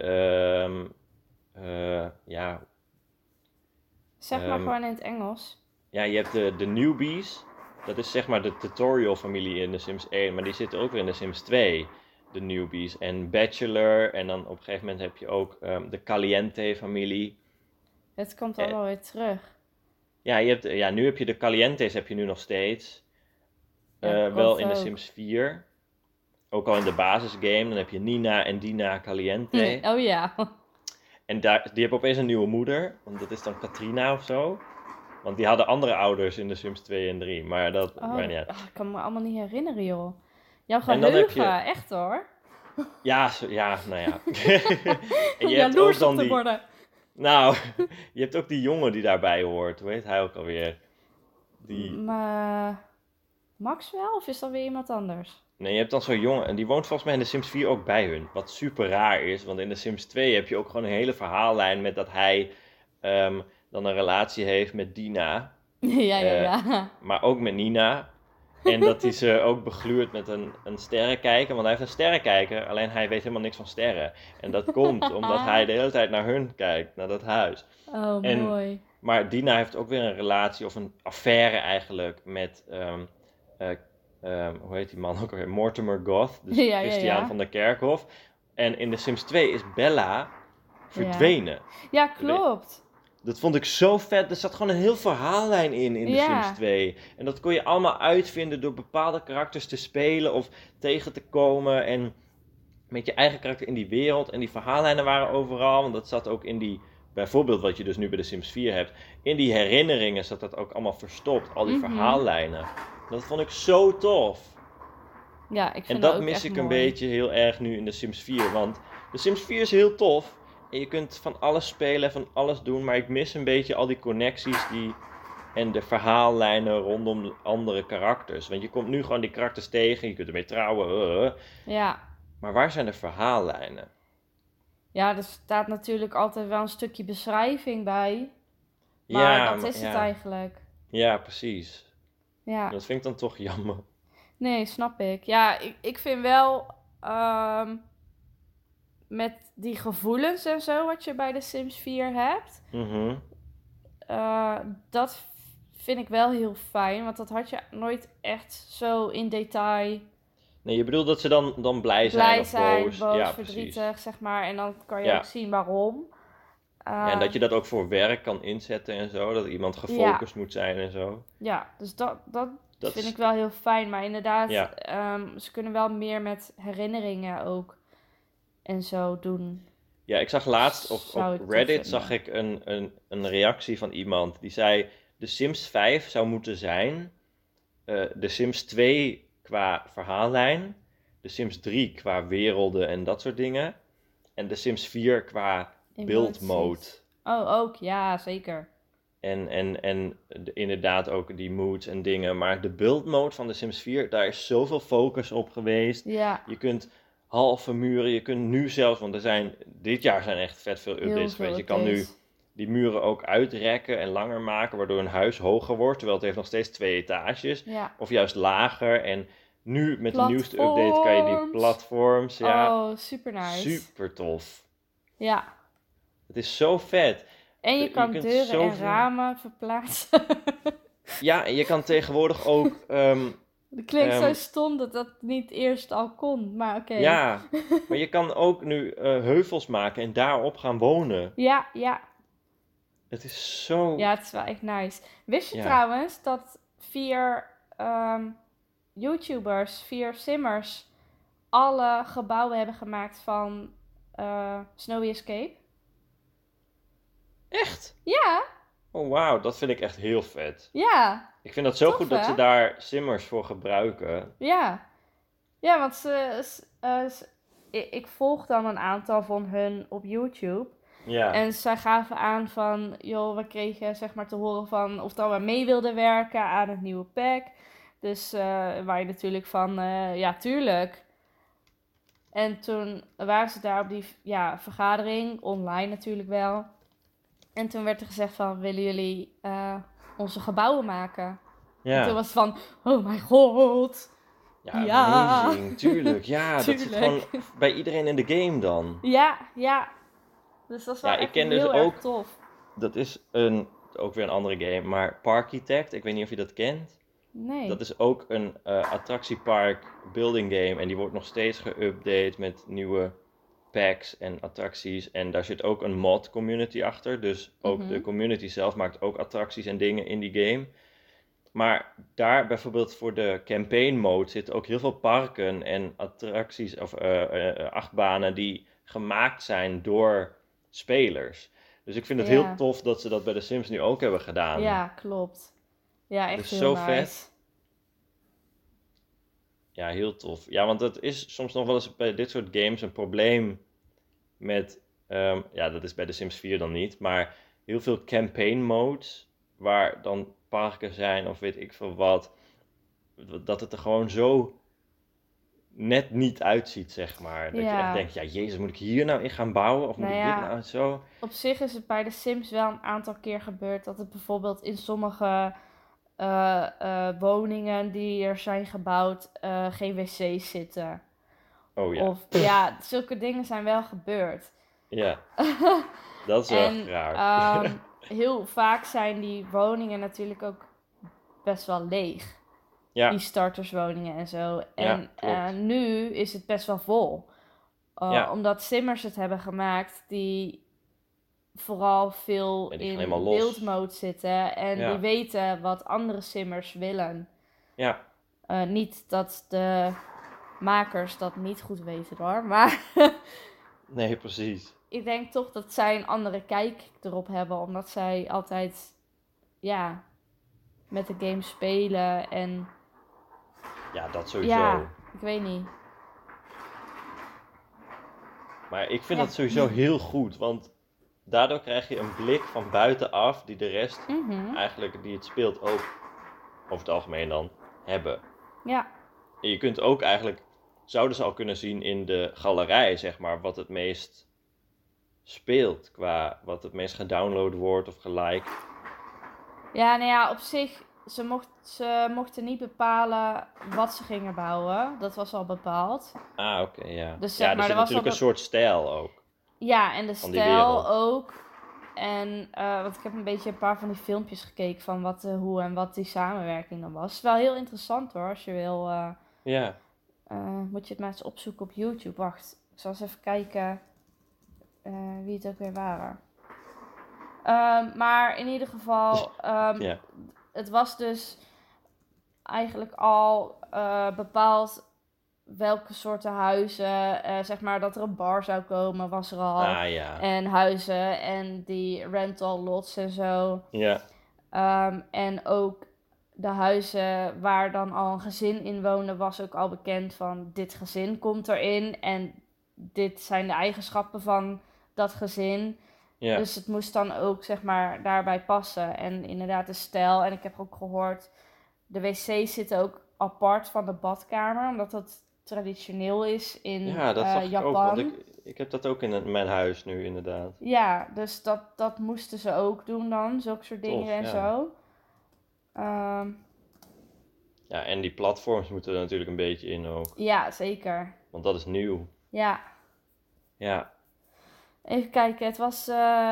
ja,
Zeg maar gewoon in het Engels.
ja, je hebt de newbies. Dat is zeg maar de tutorial familie in de Sims 1, maar die zitten ook weer in de Sims 2, de newbies. En Bachelor, en dan op een gegeven moment heb je ook de Caliente familie.
Het komt allemaal weer terug.
Ja, nu heb je de Calientes heb je nu nog steeds.
Ja,
wel
God
in de
ook.
Sims 4. Ook al in de basisgame, dan heb je Nina en Dina Caliente.
Oh ja.
En die hebben opeens een nieuwe moeder, want dat is dan Katrina of zo. Want die hadden andere ouders in de Sims 2 en 3, maar dat
Oh,
maakt niet uit.
ik kan me allemaal niet herinneren, joh. Jouw
En dan heb
geheugen,
je-
echt hoor.
Ja, nou ja. En je hebt ook
Jaloers
dan
op te
die...
worden.
Nou, je hebt ook die jongen die daarbij hoort. Hoe heet hij ook alweer? Die...
Maar Maxwell of is dat weer iemand anders?
Nee, je hebt dan zo'n jongen en die woont volgens mij in de Sims 4 ook bij hun. Wat super raar is, want in de Sims 2 heb je ook gewoon een hele verhaallijn met dat hij dan een relatie heeft met Dina.
Ja.
Maar ook met Nina. En dat hij ze ook begluurt met een sterrenkijker. Want hij heeft een sterrenkijker, alleen hij weet helemaal niks van sterren. En dat komt omdat hij de hele tijd naar hun kijkt, naar dat huis.
Oh,
En-
mooi.
Maar Dina heeft ook weer een relatie, of een affaire eigenlijk, met, hoe heet die man ook alweer? Mortimer Goth, dus
Ja.
Christian van der Kerkhof. En in de Sims 2 is Bella verdwenen.
Ja, klopt.
Dat vond ik zo vet. Er zat gewoon een heel verhaallijn in de
Ja.
Sims 2. En dat kon je allemaal uitvinden door bepaalde karakters te spelen of tegen te komen. En met je eigen karakter in die wereld. En die verhaallijnen waren overal. Want dat zat ook in die, bijvoorbeeld wat je dus nu bij de Sims 4 hebt. In die herinneringen zat dat ook allemaal verstopt. Al die verhaallijnen. Dat vond ik zo tof.
Ja, ik vind
En
dat
dat
ook
mis
echt
ik een
mooi.
beetje heel erg nu in de Sims 4. Want de Sims 4 is heel tof. En je kunt van alles spelen en van alles doen. Maar ik mis een beetje al die connecties en de verhaallijnen rondom de andere karakters. Want je komt nu gewoon die karakters tegen. Je kunt ermee trouwen.
Ja.
Maar waar zijn de verhaallijnen?
Ja, er staat natuurlijk altijd wel een stukje beschrijving bij. Maar
Ja,
dat is het
ja.
eigenlijk.
Ja, precies.
Ja.
Dat vind ik dan toch jammer.
Nee, snap ik. Ja, ik vind wel met die gevoelens en zo wat je bij de Sims 4 hebt,
Mhm.
dat vind ik wel heel fijn, want dat had je nooit echt zo in detail.
Nee, je bedoelt dat ze dan blij zijn
Blij
of
zijn,
boos.
boos,
Ja,
verdrietig,
precies.
zeg maar. En dan kan je
Ja.
ook zien waarom.
Ja, en dat je dat ook voor werk kan inzetten en zo. Dat iemand gefocust moet zijn en zo.
Ja, dus dat
Dat
vind
is-
ik wel heel fijn. Maar inderdaad,
Ja.
ze kunnen wel meer met herinneringen ook en zo doen.
Ja, ik zag laatst
Zou ik
op
tof
Reddit
vinden.
zag ik een reactie van iemand die zei: de Sims 5 zou moeten zijn de Sims 2 qua verhaallijn, de Sims 3 qua werelden en dat soort dingen, en de Sims 4 qua build
Emoties.
mode.
Oh, ook. Ja, zeker.
En inderdaad ook die moods en dingen. Maar de build mode van de Sims 4, daar is zoveel focus op geweest.
Ja,
Je kunt halve muren, je kunt nu zelfs, want dit jaar zijn echt vet veel
heel
updates
veel
geweest. Je kan nu
updates.
die muren ook uitrekken en langer maken, waardoor een huis hoger wordt, terwijl het heeft nog steeds 2 etages.
Ja.
Of juist lager. En nu met de nieuwste update kan je die platforms, ja,
Oh, super nice.
super tof.
Ja.
Het is zo vet.
En je
Je
kan
kunt
deuren en
zoveel-
ramen verplaatsen.
Ja, en je kan tegenwoordig ook,
Dat klinkt zo
Ehm,
stom dat dat niet eerst al kon, maar oké.
ja, maar je kan ook nu heuvels maken en daarop gaan wonen.
Ja,
Het is zo...
ja, het is wel echt nice. Wist je
Ja.
trouwens dat 4 YouTubers, 4 simmers, alle gebouwen hebben gemaakt van Snowy Escape.
Echt?
Ja,
Oh, wauw, dat vind ik echt heel vet.
ja,
Ik vind dat zo
tof,
goed dat
hè?
ze daar simmers voor gebruiken.
Ja. Ja, want ik volg dan een aantal van hun op YouTube.
Ja,
En zij gaven aan van, joh, we kregen zeg maar te horen van of dat we mee wilden werken aan het nieuwe pack. Dus waar je natuurlijk van, ja, tuurlijk. En toen waren ze daar op die vergadering, online natuurlijk wel. En toen werd er gezegd van, willen jullie onze gebouwen maken? En toen
ja.
was het van, oh mijn god,
Ja,
ja,
amazing, tuurlijk. Ja, dat zit gewoon
tuurlijk.
bij iedereen in de game dan.
Ja. Dus dat is
Ja,
wel
ik
echt
ken dus
heel
ook,
erg tof.
dat is ook weer een andere game, maar Parkitect, ik weet niet of je dat kent. Dat
Nee.
is ook een attractiepark building game en die wordt nog steeds geüpdate met nieuwe packs en attracties. En daar zit ook een mod community achter, dus ook de community zelf maakt ook attracties en dingen in die game. Maar daar bijvoorbeeld voor de campaign mode zitten ook heel veel parken en attracties of achtbanen die gemaakt zijn door spelers. Dus ik vind het heel
Ja.
tof dat ze dat bij de Sims nu ook hebben gedaan.
Ja, klopt. Ja, echt
Dus
heel
zo
nice.
vet. Ja, heel tof. Ja, want het is soms nog wel eens bij dit soort games een probleem met, ja, dat is bij de Sims 4 dan niet, maar heel veel campaign modes, waar dan parken zijn of weet ik veel wat, dat het er gewoon zo net niet uitziet, zeg maar. Dat je echt
Ja.
denkt, ja, jezus, moet ik hier nou in gaan bouwen? Of moet
Nou
ik dit
ja.
nou zo?
Op zich is het bij de Sims wel een aantal keer gebeurd dat het bijvoorbeeld in sommige woningen die er zijn gebouwd geen wc's zitten.
Oh ja,
Of ja, zulke dingen zijn wel gebeurd.
ja, dat is wel echt
En
raar.
heel vaak zijn die woningen natuurlijk ook best wel leeg.
Ja,
Die starterswoningen en zo.
ja,
En
klopt.
nu is het best wel vol.
Ja,
Omdat simmers het hebben gemaakt die vooral veel
ja, die gaan
in
helemaal los.
build mode zitten. En die
Ja,
weten wat andere simmers willen.
ja,
Niet dat de makers dat niet goed weten hoor. Maar
nee, precies.
ik denk toch dat zij een andere kijk erop hebben. Omdat zij altijd ja, met de game spelen. En
Ja, dat sowieso.
ja, ik weet niet.
Maar ik vind
Ja.
dat sowieso heel goed, want daardoor krijg je een blik van buitenaf die de rest
Mhm.
eigenlijk die het speelt ook over het algemeen dan hebben.
Ja.
En je kunt ook eigenlijk, zouden ze al kunnen zien in de galerij, zeg maar, wat het meest speelt, qua wat het meest gedownload wordt of geliked.
Ja, nou ja, op zich, ze mochten niet bepalen wat ze gingen bouwen. Dat was al bepaald.
Ah, oké, ja.
Dus
Ja,
zeg
er
maar,
zit
er was
natuurlijk
al
een soort stijl ook
ja, en de
van die
stijl
wereld.
ook. En, want ik heb een beetje een paar van die filmpjes gekeken van wat, hoe en wat die samenwerking dan was. Wel heel interessant hoor, als je wil.
Ja,
Moet je het maar eens opzoeken op YouTube. Wacht, ik zal eens even kijken wie het ook weer waren. Maar in ieder geval,
ja,
het was dus eigenlijk al bepaald welke soorten huizen, zeg maar dat er een bar zou komen, was er al.
ah ja,
En huizen en die rental lots en zo.
ja,
En ook de huizen waar dan al een gezin in woonde, was ook al bekend van dit gezin komt erin. En dit zijn de eigenschappen van dat gezin.
ja,
Dus het moest dan ook zeg maar daarbij passen. En inderdaad de stijl. En ik heb ook gehoord, de wc's zitten ook apart van de badkamer. Omdat dat traditioneel is in
ja, dat zag ik ook,
Japan.
want ik heb dat ook in mijn huis nu inderdaad.
Ja, dus dat moesten ze ook doen dan. Zulke soort dingen
Tof,
en
ja.
zo.
Ja, en die platforms moeten er natuurlijk een beetje in ook,
Ja, zeker.
want dat is nieuw.
Ja.
Ja,
Even kijken. Het was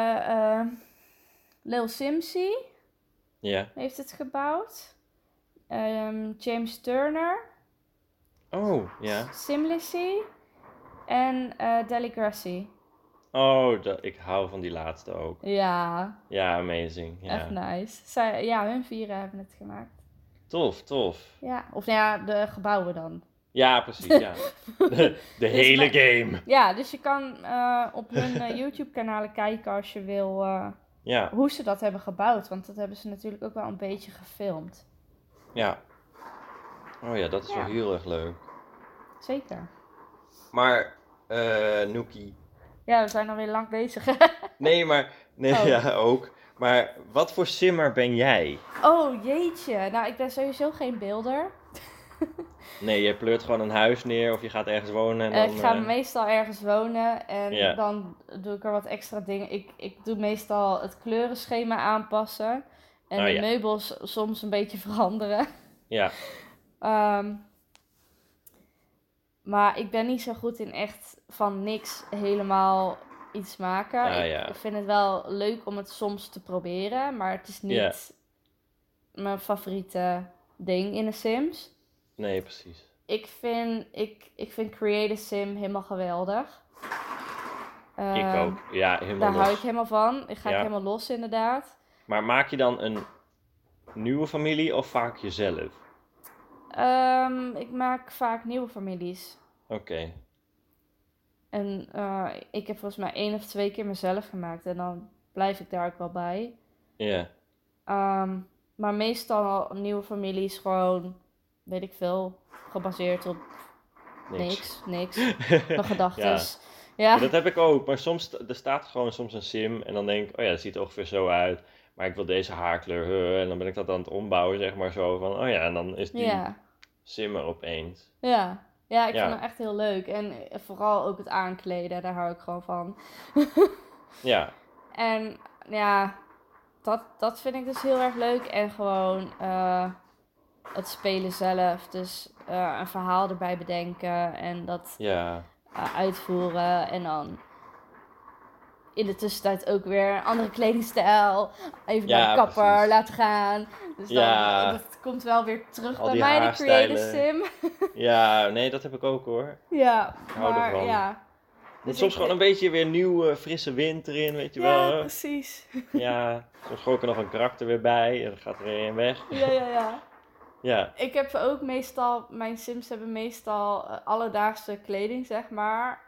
Lil Simsy
ja.
heeft het gebouwd. James Turner.
Oh, ja.
Simlicy. En Deligracy.
Oh, ik hou van die laatste ook.
Ja,
Ja, amazing.
echt
Ja.
nice. Ja, hun vieren hebben het gemaakt.
Tof, tof.
Ja, of nou ja, de gebouwen dan.
Ja, precies, ja. De hele game.
Ja, dus je kan op hun YouTube-kanalen kijken als je wil
Ja,
hoe ze dat hebben gebouwd. Want dat hebben ze natuurlijk ook wel een beetje gefilmd.
ja. Oh ja, dat is wel
Ja.
heel erg leuk.
Zeker.
Maar, Noekie.
Ja, we zijn alweer lang bezig.
Nee,
Oh.
ja, ook. Maar wat voor simmer ben jij?
Oh, jeetje. Nou, ik ben sowieso geen beelder.
Nee, je pleurt gewoon een huis neer of je gaat ergens wonen en dan...
Ik ga meestal ergens wonen en
Ja.
dan doe ik er wat extra dingen. Ik doe meestal het kleurenschema aanpassen en
Oh,
de
ja.
meubels soms een beetje veranderen.
Ja,
Maar ik ben niet zo goed in echt van niks helemaal iets maken.
Ah,
Ik
ja.
vind het wel leuk om het soms te proberen, maar het is niet
Ja.
mijn favoriete ding in de Sims.
nee, precies.
Ik vind Create a Sim helemaal geweldig.
Ik ook. Ja, helemaal
Daar hou ik
los.
helemaal van. Ik ga
Ja.
helemaal los inderdaad.
Maar maak je dan een nieuwe familie of vaak jezelf?
Ik maak vaak nieuwe families.
Oké.
En ik heb volgens mij 1 of 2 keer mezelf gemaakt. En dan blijf ik daar ook wel bij.
Ja.
Maar meestal nieuwe families gewoon, weet ik veel, gebaseerd op niks. Mijn gedachtes. Ja.
Ja, dat heb ik ook. Maar soms, er staat gewoon soms een sim en dan denk ik, oh ja, dat ziet er ongeveer zo uit. Maar ik wil deze haarkleur, en dan ben ik dat aan het ombouwen, zeg maar zo van, oh ja, en dan is die
Ja.
sim er opeens.
Ja. Ja, ik
Ja.
vind het echt heel leuk. En vooral ook het aankleden, daar hou ik gewoon van.
Ja,
En ja, dat vind ik dus heel erg leuk. En gewoon het spelen zelf. Dus een verhaal erbij bedenken en dat
ja,
uitvoeren. En dan in de tussentijd ook weer een andere kledingstijl. Even
Ja,
naar de kapper
precies.
laten gaan. Dus dan,
Ja.
dat komt wel weer terug
Al
bij
die
mij, de Creative
haarstijlen.
Sim.
ja, nee, dat heb ik ook hoor.
Ja,
hou
maar
ervan.
ja.
Moet
Dus
soms
ik-
gewoon een beetje weer nieuwe, frisse wind erin, weet je wel.
Ja,
hè?
precies.
Ja, soms gooi ik er nog een karakter weer bij en dan gaat er weer een weg.
Ja.
Ja,
Ik heb ook meestal, mijn Sims hebben meestal alledaagse kleding, zeg maar.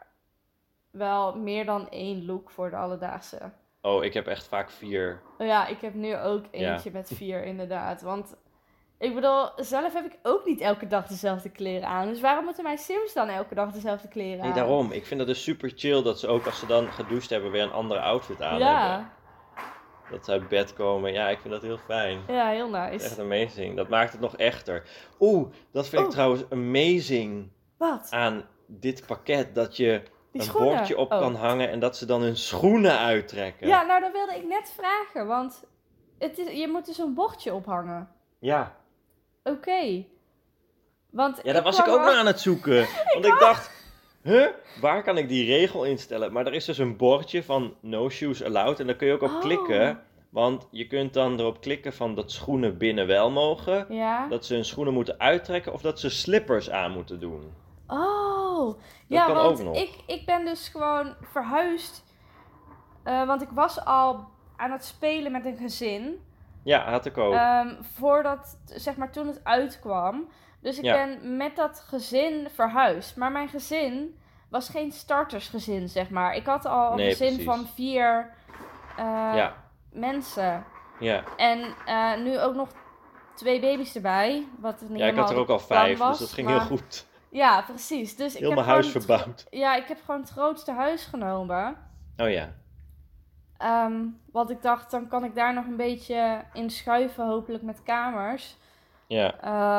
Wel meer dan 1 look voor de alledaagse.
oh, ik heb echt vaak 4.
Oh ja, ik heb nu ook eentje met 4 inderdaad. Want ik bedoel, zelf heb ik ook niet elke dag dezelfde kleren aan. Dus waarom moeten mijn Sims dan elke dag dezelfde kleren aan?
Nee, daarom. Ik vind het dus super chill dat ze ook als ze dan gedoucht hebben weer een andere outfit aan hebben.
Ja,
Dat ze uit bed komen. Ja, ik vind dat heel fijn.
ja, heel
Dat is
nice.
echt amazing. Dat maakt het nog echter. Dat vind ik trouwens amazing
Wat?
aan dit pakket. Dat je
Die
een
schoenen?
bordje op
Oh.
kan hangen en dat ze dan hun schoenen uittrekken.
Ja, nou dat wilde ik net vragen, want je moet dus een bordje ophangen.
Ja.
Oké. Want
Ja, daar was ik
kwam
ook
al-
naar aan het zoeken. Want ik dacht, waar kan ik die regel instellen? Maar er is dus een bordje van no shoes allowed. En daar kun je ook op
Oh.
klikken. Want je kunt dan erop klikken van dat schoenen binnen wel mogen.
Ja.
Dat ze hun schoenen moeten uittrekken. Of dat ze slippers aan moeten doen.
Oh. Ja,
kan
want
ook nog.
ik ben dus gewoon verhuisd. Want ik was al aan het spelen met een gezin.
Ja, had ik ook.
Voordat, zeg maar, toen het uitkwam. Dus ik
Ja.
ben met dat gezin verhuisd. Maar mijn gezin was geen startersgezin, zeg maar. Ik had al een
Nee,
gezin
precies.
van 4
Ja.
mensen.
Ja.
En nu ook nog 2 baby's erbij. Wat niet
Ja, ik
helemaal
had er ook al
het plan
5.
was,
Dus dat ging
maar-
heel goed.
Ja, precies. Dus
Heel
ik
mijn
heb
huis
gewoon
verbouwd.
Ja, ik heb gewoon het grootste huis genomen.
Oh ja.
Want ik dacht, dan kan ik daar nog een beetje in schuiven, hopelijk met kamers.
Ja.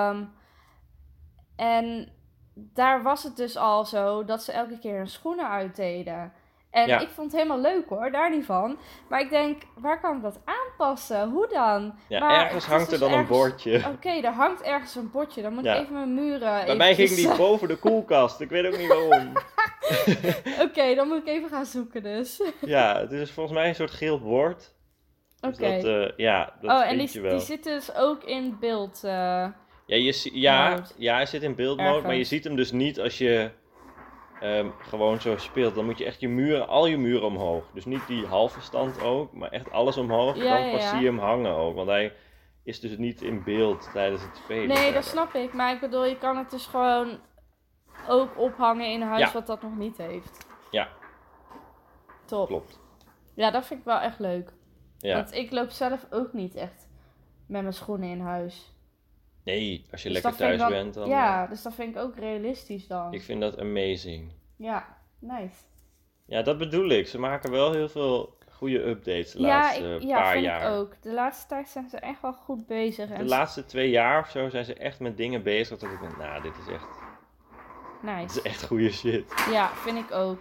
En daar was het dus al zo dat ze elke keer hun schoenen uitdeden. En
Ja.
ik vond het helemaal leuk hoor, daar niet van. Maar ik denk, waar kan ik dat aanpassen? Hoe dan?
Ja,
Maar
ergens
het is
hangt er
dus
dan een
ergens-
bordje.
Oké, er hangt ergens een bordje. Dan moet
Ja.
ik even mijn muren
Bij mij ging
eventjes-
die boven de koelkast. Ik weet ook niet waarom.
Oké, dan moet ik even gaan zoeken dus.
Ja, het is volgens mij een soort geel bord. Dus
Oké.
dat, ja, dat
Oh, en
vind je wel.
die zit dus ook in beeld.
Ja,
Mode.
hij zit in beeldmode, maar je
Ergens.
ziet hem dus niet als je gewoon zo speelt. Dan moet je echt al je muren omhoog. Dus niet die halve stand ook, maar echt alles omhoog.
Ja,
Dan pas
ja.
zie je hem hangen ook, want hij is dus niet in beeld tijdens het spelen.
Nee,
verder.
dat snap ik. Maar ik bedoel, je kan het dus gewoon ook ophangen in huis
Ja.
wat dat nog niet heeft.
Ja,
Top.
klopt.
Ja, dat vind ik wel echt leuk.
Ja.
Want ik loop zelf ook niet echt met mijn schoenen in huis.
Nee, als je
Dus
lekker
dat vind ik
thuis
dan-
bent, dan...
Ja, dus dat vind ik ook realistisch dan.
Ik vind dat amazing.
Ja, nice.
Ja, dat bedoel ik. Ze maken wel heel veel goede updates de laatste paar
vind
jaar.
ik ook. De laatste tijd zijn ze echt wel goed bezig.
De
En
laatste 2 jaar of zo zijn ze echt met dingen bezig dat ik denk, nou, dit is
nice.
echt goede shit.
Ja, vind ik ook.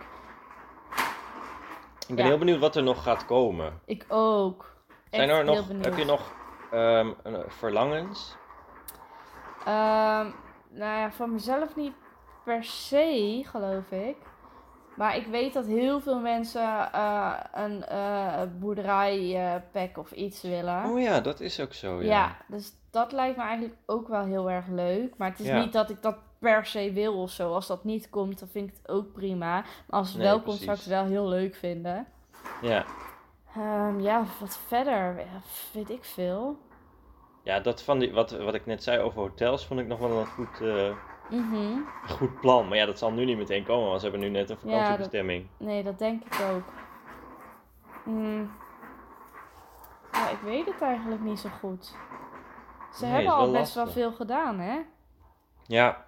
Ik ben
Ja.
heel benieuwd wat er nog gaat komen.
Ik ook.
Zijn
Echt
er
heel
nog,
benieuwd.
heb je nog verlangens?
Nou ja, van mezelf niet per se, geloof ik. Maar ik weet dat heel veel mensen een boerderijpack of iets willen.
Oh ja, dat is ook zo, ja.
Ja, dus dat lijkt me eigenlijk ook wel heel erg leuk. Maar het is
Ja.
niet dat ik dat per se wil of zo. Als dat niet komt, dan vind ik het ook prima. Maar als het
Nee,
wel komt,
precies.
zou ik het wel heel leuk vinden.
Ja,
Ja, wat verder? Ja, weet ik veel.
ja dat van die, wat ik net zei over hotels, vond ik nog wel een
Mhm.
goed plan. Maar ja, dat zal nu niet meteen komen, want ze hebben nu net een vakantiebestemming.
Nee, dat denk ik ook. Ja, ik weet het eigenlijk niet zo goed. Ze
Nee,
hebben
is
al
wel
best wel
lastig.
veel gedaan, hè?
Ja.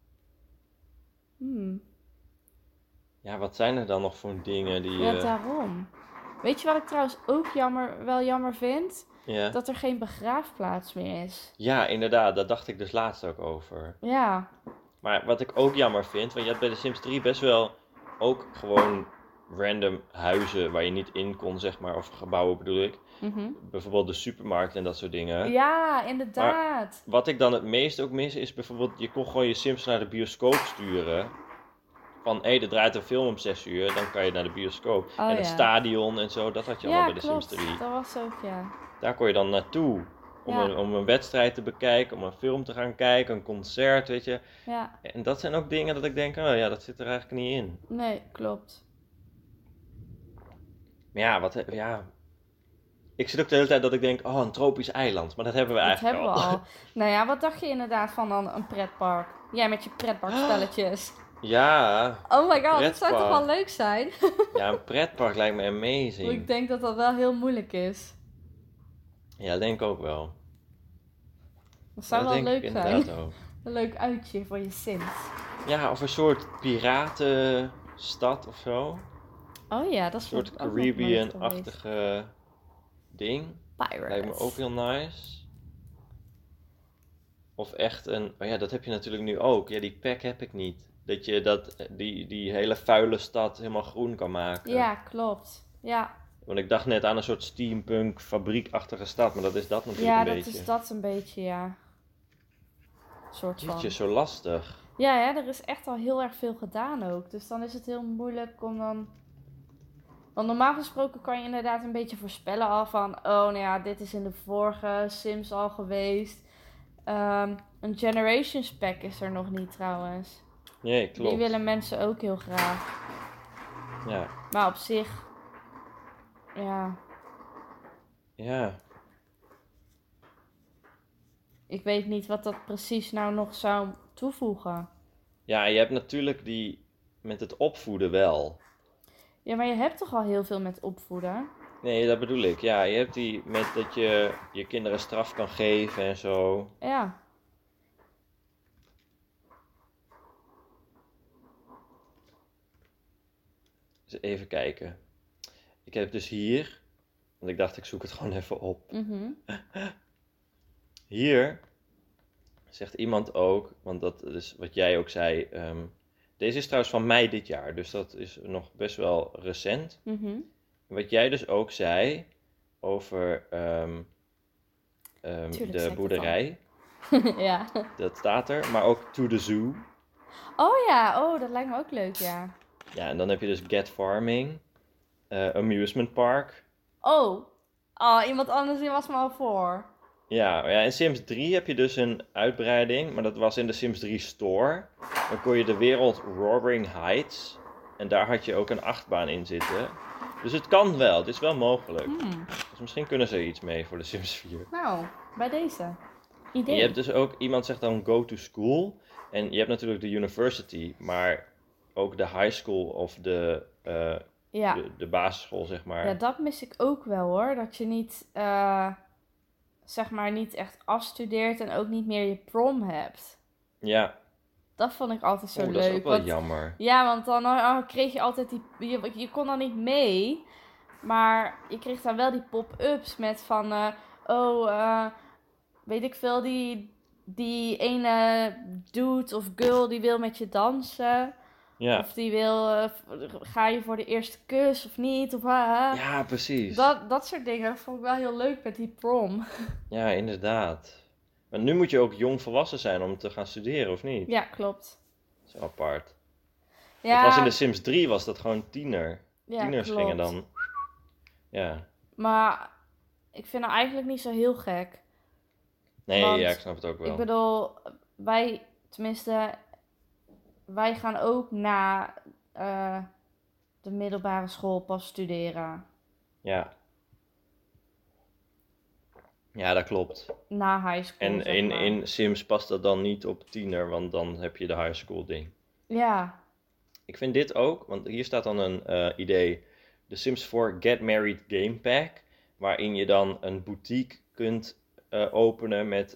Hmm.
Ja, wat zijn er dan nog voor dingen die...
Ja, daarom. Weet je wat ik trouwens ook wel jammer vind?
ja.
Dat er geen begraafplaats meer is.
Ja, inderdaad, daar dacht ik dus laatst ook over.
Ja,
Maar wat ik ook jammer vind, want je had bij de Sims 3 best wel ook gewoon random huizen waar je niet in kon, zeg maar, of gebouwen bedoel ik. Bijvoorbeeld de supermarkt en dat soort dingen.
ja, inderdaad.
Wat ik dan het meest ook mis is bijvoorbeeld, je kon gewoon je Sims naar de bioscoop sturen. Van, hé, er draait een film om 6 uur, dan kan je naar de bioscoop.
Oh,
en het
ja.
stadion en zo, dat had je allemaal bij de
klopt.
Sims 3.
Dat was ook, ja.
Daar kon je dan naartoe. Om,
Ja.
om een wedstrijd te bekijken, om een film te gaan kijken, een concert, weet je.
Ja,
En dat zijn ook dingen dat ik denk, oh ja, dat zit er eigenlijk niet in.
nee, klopt.
Maar ja, ja. Ik zit ook de hele tijd dat ik denk, oh, een tropisch eiland. Maar dat hebben we
Dat
eigenlijk
hebben we
al.
al. Nou ja, wat dacht je inderdaad van dan een pretpark? Jij met je pretparkspelletjes.
Ja,
Oh my god, dat zou toch
Pretpark.
wel leuk zijn?
ja, een pretpark lijkt me
Ik
amazing.
denk dat dat wel heel moeilijk is.
Ja, denk ik ook wel.
Dat zou
dat
wel
denk ik
leuk zijn.
inderdaad ook.
Een leuk uitje voor je Sims.
Ja, of een soort piratenstad of zo.
Oh ja, dat
Een
is
soort
ook nog nooit geweest.
Caribbean-achtige ding.
Pirates.
Lijkt me ook heel nice. Of echt een... Oh ja, dat heb je natuurlijk nu ook. Ja, die pack heb ik niet. Dat je die hele vuile stad helemaal groen kan maken.
Ja, klopt. Ja,
Want ik dacht net aan een soort steampunk fabriekachtige stad. Maar dat is dat natuurlijk
ja
een
dat
beetje.
is dat een beetje, ja. Soort van.
Jeetje, zo lastig.
Ja, ja, er is echt al heel erg veel gedaan ook. Dus dan is het heel moeilijk om dan... Want normaal gesproken kan je inderdaad een beetje voorspellen al van... Oh, nou ja, dit is in de vorige Sims al geweest. Een Generations pack is er nog niet trouwens.
Nee, klopt.
Die willen mensen ook heel graag.
Ja.
Maar op zich... Ja,
Ja.
ik weet niet wat dat precies nou nog zou toevoegen.
Ja, je hebt natuurlijk die met het opvoeden wel.
Ja, maar je hebt toch al heel veel met opvoeden?
Nee, dat bedoel ik. Ja, je hebt die met dat je je kinderen straf kan geven en zo.
Ja.
Dus even kijken. Ik heb dus hier, want ik dacht ik zoek het gewoon even op. Hier zegt iemand ook, want dat is wat jij ook zei. Deze is trouwens van mei dit jaar, dus dat is nog best wel recent. Wat jij dus ook zei over
Tuurlijk zei ik
de
dat
boerderij,
Ja.
dat staat er, maar ook to the zoo.
Oh ja, oh, dat lijkt me ook leuk, ja.
Ja, en dan heb je dus Get Farming, Amusement Park.
Oh, iemand anders die was me al voor.
Ja, in Sims 3 heb je dus een uitbreiding, maar dat was in de Sims 3 Store. Dan kon je de wereld Roaring Heights en daar had je ook een achtbaan in zitten. Dus het kan wel, het is wel mogelijk. Dus misschien kunnen ze er iets mee voor de Sims 4.
Nou, bij deze.
En
idee.
je hebt dus ook, iemand zegt dan go to school. En je hebt natuurlijk de university, maar ook de high school of
Ja.
de basisschool, zeg
Ja,
maar.
dat mis ik ook wel hoor. Dat je niet, zeg maar, niet echt afstudeert en ook niet meer je prom hebt.
Ja,
Dat vond ik altijd zo
dat is ook
leuk.
wel
Want,
jammer.
ja, want dan kreeg je altijd je kon dan niet mee, maar je kreeg dan wel die pop-ups met van, weet ik veel, die ene dude of girl die wil met je dansen.
Ja,
Of die wil, ga je voor de eerste kus of niet? Of,
ja, precies.
dat soort dingen vond ik wel heel leuk met die prom.
Ja, inderdaad. Maar nu moet je ook jong volwassen zijn om te gaan studeren, of niet?
Ja, klopt.
Zo apart. Dat was in
Ja,
de Sims 3 was dat gewoon tiener.
ja,
Tieners gingen
klopt.
dan. Ja.
Maar ik vind het eigenlijk niet zo heel gek.
Nee,
Want
ja, ik snap het ook
ik
wel.
bedoel, tenminste, wij gaan ook na de middelbare school pas studeren.
Ja. Ja, dat klopt.
Na high school,
En
zeg maar.
in Sims past dat dan niet op tiener, want dan heb je de high school ding.
Ja.
Ik vind dit ook, want hier staat dan een idee. De Sims 4 Get Married Game Pack. Waarin je dan een boutique kunt openen met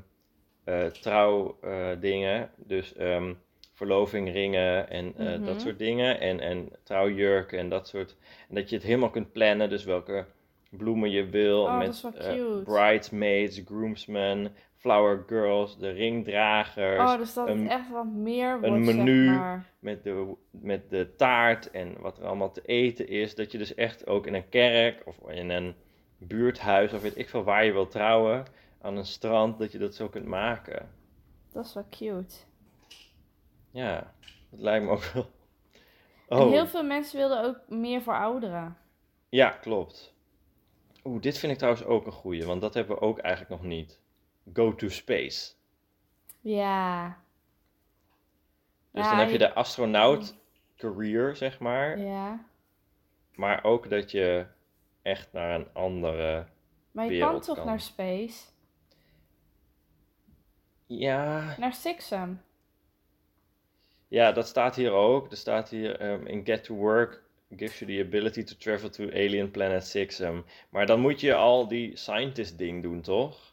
trouwdingen. Dus verloving, ringen en dat soort dingen. En trouwjurken en dat soort. En dat je het helemaal kunt plannen. Dus welke bloemen je wil.
Oh, dat
met
is wel cute.
bridesmaids, groomsmen, flower girls, de ringdragers.
Oh, dus dat het echt wat meer wordt,
een menu.
zeg maar.
Met de taart en wat er allemaal te eten is. Dat je dus echt ook in een kerk of in een buurthuis of weet ik veel waar je wil trouwen. Aan een strand, dat je dat zo kunt maken.
Dat is wel cute.
Ja, dat lijkt me ook wel.
En heel veel mensen wilden ook meer voor ouderen.
Ja, klopt. Dit vind ik trouwens ook een goeie, want dat hebben we ook eigenlijk nog niet. Go to space.
Ja.
Dus
Ja,
dan heb je de astronaut career, zeg maar.
Ja.
Maar ook dat je echt naar een andere
Maar je
wereld
kan toch
kan.
naar space?
Ja,
Naar Sixum.
ja, dat staat hier ook. Er staat hier in Get to Work gives you the ability to travel to alien planet Sixum. Maar dan moet je al die scientist ding doen, toch?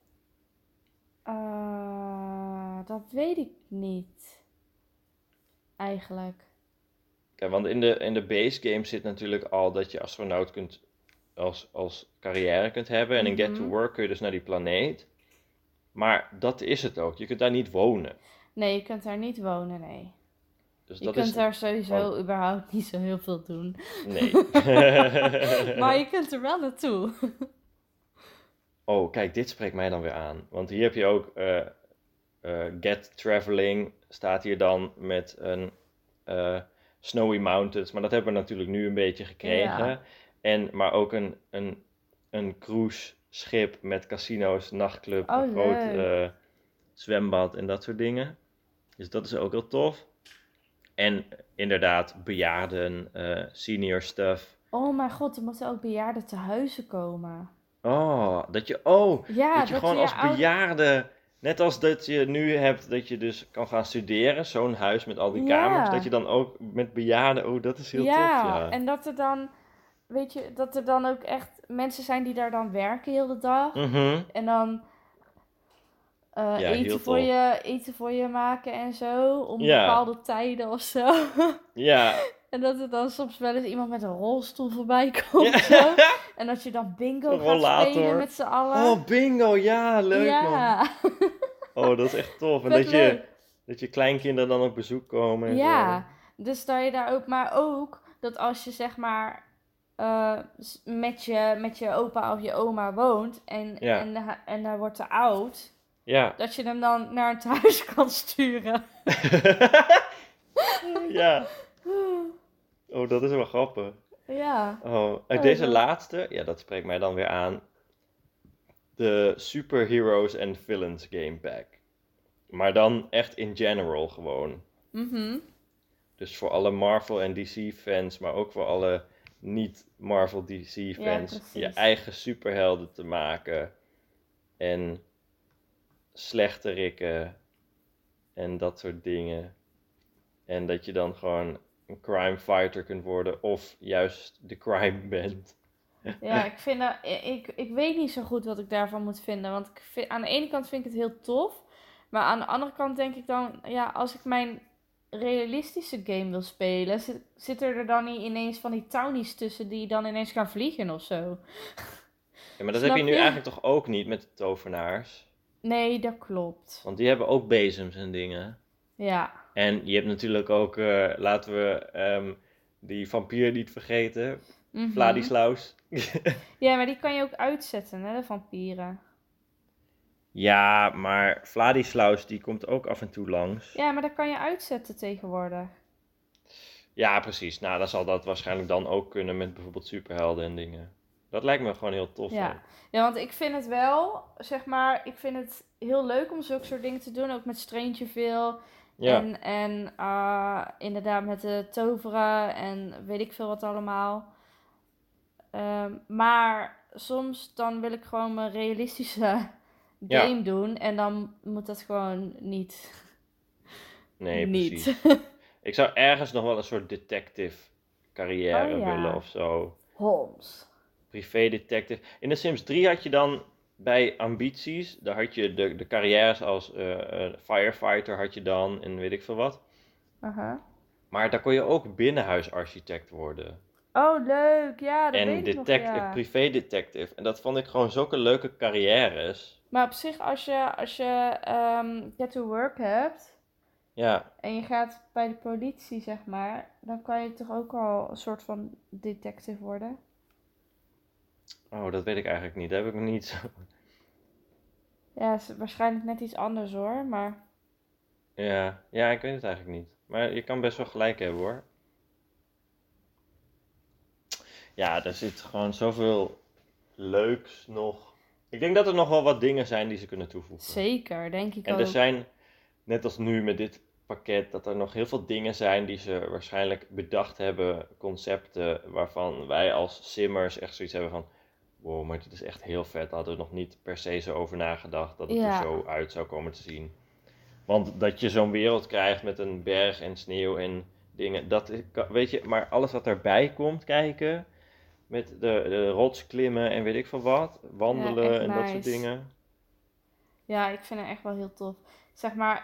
Dat weet ik niet. Eigenlijk.
Kijk, want in de base game zit natuurlijk al dat je astronaut kunt als carrière kunt hebben. En in Get to Work kun je dus naar die planeet. Maar dat is het ook. Je kunt daar niet wonen.
Nee, je kunt daar niet wonen, nee.
Dus
Je
dat
kunt
is
daar sowieso überhaupt niet zo heel veel doen.
Nee.
Maar je kunt er wel naartoe.
Oh, kijk, dit spreekt mij dan weer aan. Want hier heb je ook Get Traveling, staat hier dan met een Snowy Mountains. Maar dat hebben we natuurlijk nu een beetje gekregen.
Ja.
Maar ook een cruiseschip met casino's, nachtclub,
Oh,
een groot
leuk.
zwembad en dat soort dingen. Dus dat is ook heel tof. En inderdaad, bejaarden, senior stuff.
Oh mijn god, er moeten ook bejaarden te huizen komen.
Ja, dat je gewoon als bejaarde, net als dat je nu hebt, dat je dus kan gaan studeren, zo'n huis met al die kamers, dat je dan ook met bejaarden, dat is heel tof, ja.
En dat er dan, weet je, dat er dan ook echt mensen zijn die daar dan werken heel de dag. En dan eten voor je maken en zo, om bepaalde tijden of zo.
Ja.
En dat er dan soms wel eens iemand met een rolstoel voorbij komt. Zo. En dat je dan bingo gaat spelen met z'n allen.
Oh, bingo, ja, leuk man. Oh, dat is echt tof. En dat je kleinkinderen dan op bezoek komen. En
zo. Dus dat je daar ook, maar ook dat als je zeg maar met je opa of je oma woont en hij wordt te oud, dat je hem dan naar een thuis kan sturen.
Ja. Oh, dat is wel grappig.
Ja.
Deze laatste, dat spreekt mij dan weer aan. De Superheroes and Villains Game Pack. Maar dan echt in general gewoon. Dus voor alle Marvel en DC fans, maar ook voor alle niet-Marvel DC fans. Je eigen superhelden te maken. En slechterikken en dat soort dingen. En dat je dan gewoon een crime fighter kunt worden of juist de crime bent.
Ja, ik weet niet zo goed wat ik daarvan moet vinden. Want aan de ene kant vind ik het heel tof. Maar aan de andere kant denk ik dan, ja, als ik mijn realistische game wil spelen, zitten er dan niet ineens van die townies tussen die dan ineens gaan vliegen of zo?
Ja, maar dat heb
Snap
je nu
je?
eigenlijk toch ook niet met de tovenaars?
Nee, dat klopt.
Want die hebben ook bezems en dingen.
Ja.
En je hebt natuurlijk ook, laten we die vampier niet vergeten,
Mhm.
Vladislaus.
Ja, maar die kan je ook uitzetten, hè, de vampieren.
Ja, maar Vladislaus die komt ook af en toe langs.
Ja, maar dat kan je uitzetten tegenwoordig.
Ja, precies. Nou, dan zal dat waarschijnlijk dan ook kunnen met bijvoorbeeld superhelden en dingen. Dat lijkt me gewoon heel tof
Ja.
ook.
Ja, want ik vind het wel, zeg maar, ik vind het heel leuk om zulke soort dingen te doen. Ook met Strangerville.
Ja,
En inderdaad met de toveren en weet ik veel wat allemaal. Maar soms dan wil ik gewoon mijn realistische
ja.
game doen. En dan moet dat gewoon niet.
Nee,
Niet.
precies. Ik zou ergens nog wel een soort detective
Oh
carrière willen
ja.
of zo.
Holmes.
Privé detective. In de Sims 3 had je dan bij ambities, daar had je de carrières als firefighter had je dan en weet ik veel wat.
Uh-huh.
Maar daar kon je ook binnenhuisarchitect worden.
Oh, leuk. Ja, dat
En
weet ik nog, ja.
privé detective. En dat vond ik gewoon zulke leuke carrières.
Maar op zich, als je get to work hebt
Ja,
en je gaat bij de politie, zeg maar, dan kan je toch ook al een soort van detective worden?
oh, dat weet ik eigenlijk niet. Dat heb ik nog niet zo.
Ja, is waarschijnlijk net iets anders hoor, maar
Ja, ja, ik weet het eigenlijk niet. Maar je kan best wel gelijk hebben hoor. Ja, er zit gewoon zoveel leuks nog. Ik denk dat er nog wel wat dingen zijn die ze kunnen toevoegen.
zeker, denk ik
En er
ook.
zijn, net als nu met dit pakket, dat er nog heel veel dingen zijn die ze waarschijnlijk bedacht hebben, concepten waarvan wij als simmers echt zoiets hebben van, wow, maar dit is echt heel vet. Daar hadden we nog niet per se zo over nagedacht dat het er
Ja,
zo uit zou komen te zien. Want dat je zo'n wereld krijgt met een berg en sneeuw en dingen, weet je, maar alles wat erbij komt kijken, met de rots klimmen en weet ik veel wat,
ja,
wandelen
echt
en dat soort
nice.
dingen.
Ja, ik vind het echt wel heel tof. Zeg maar,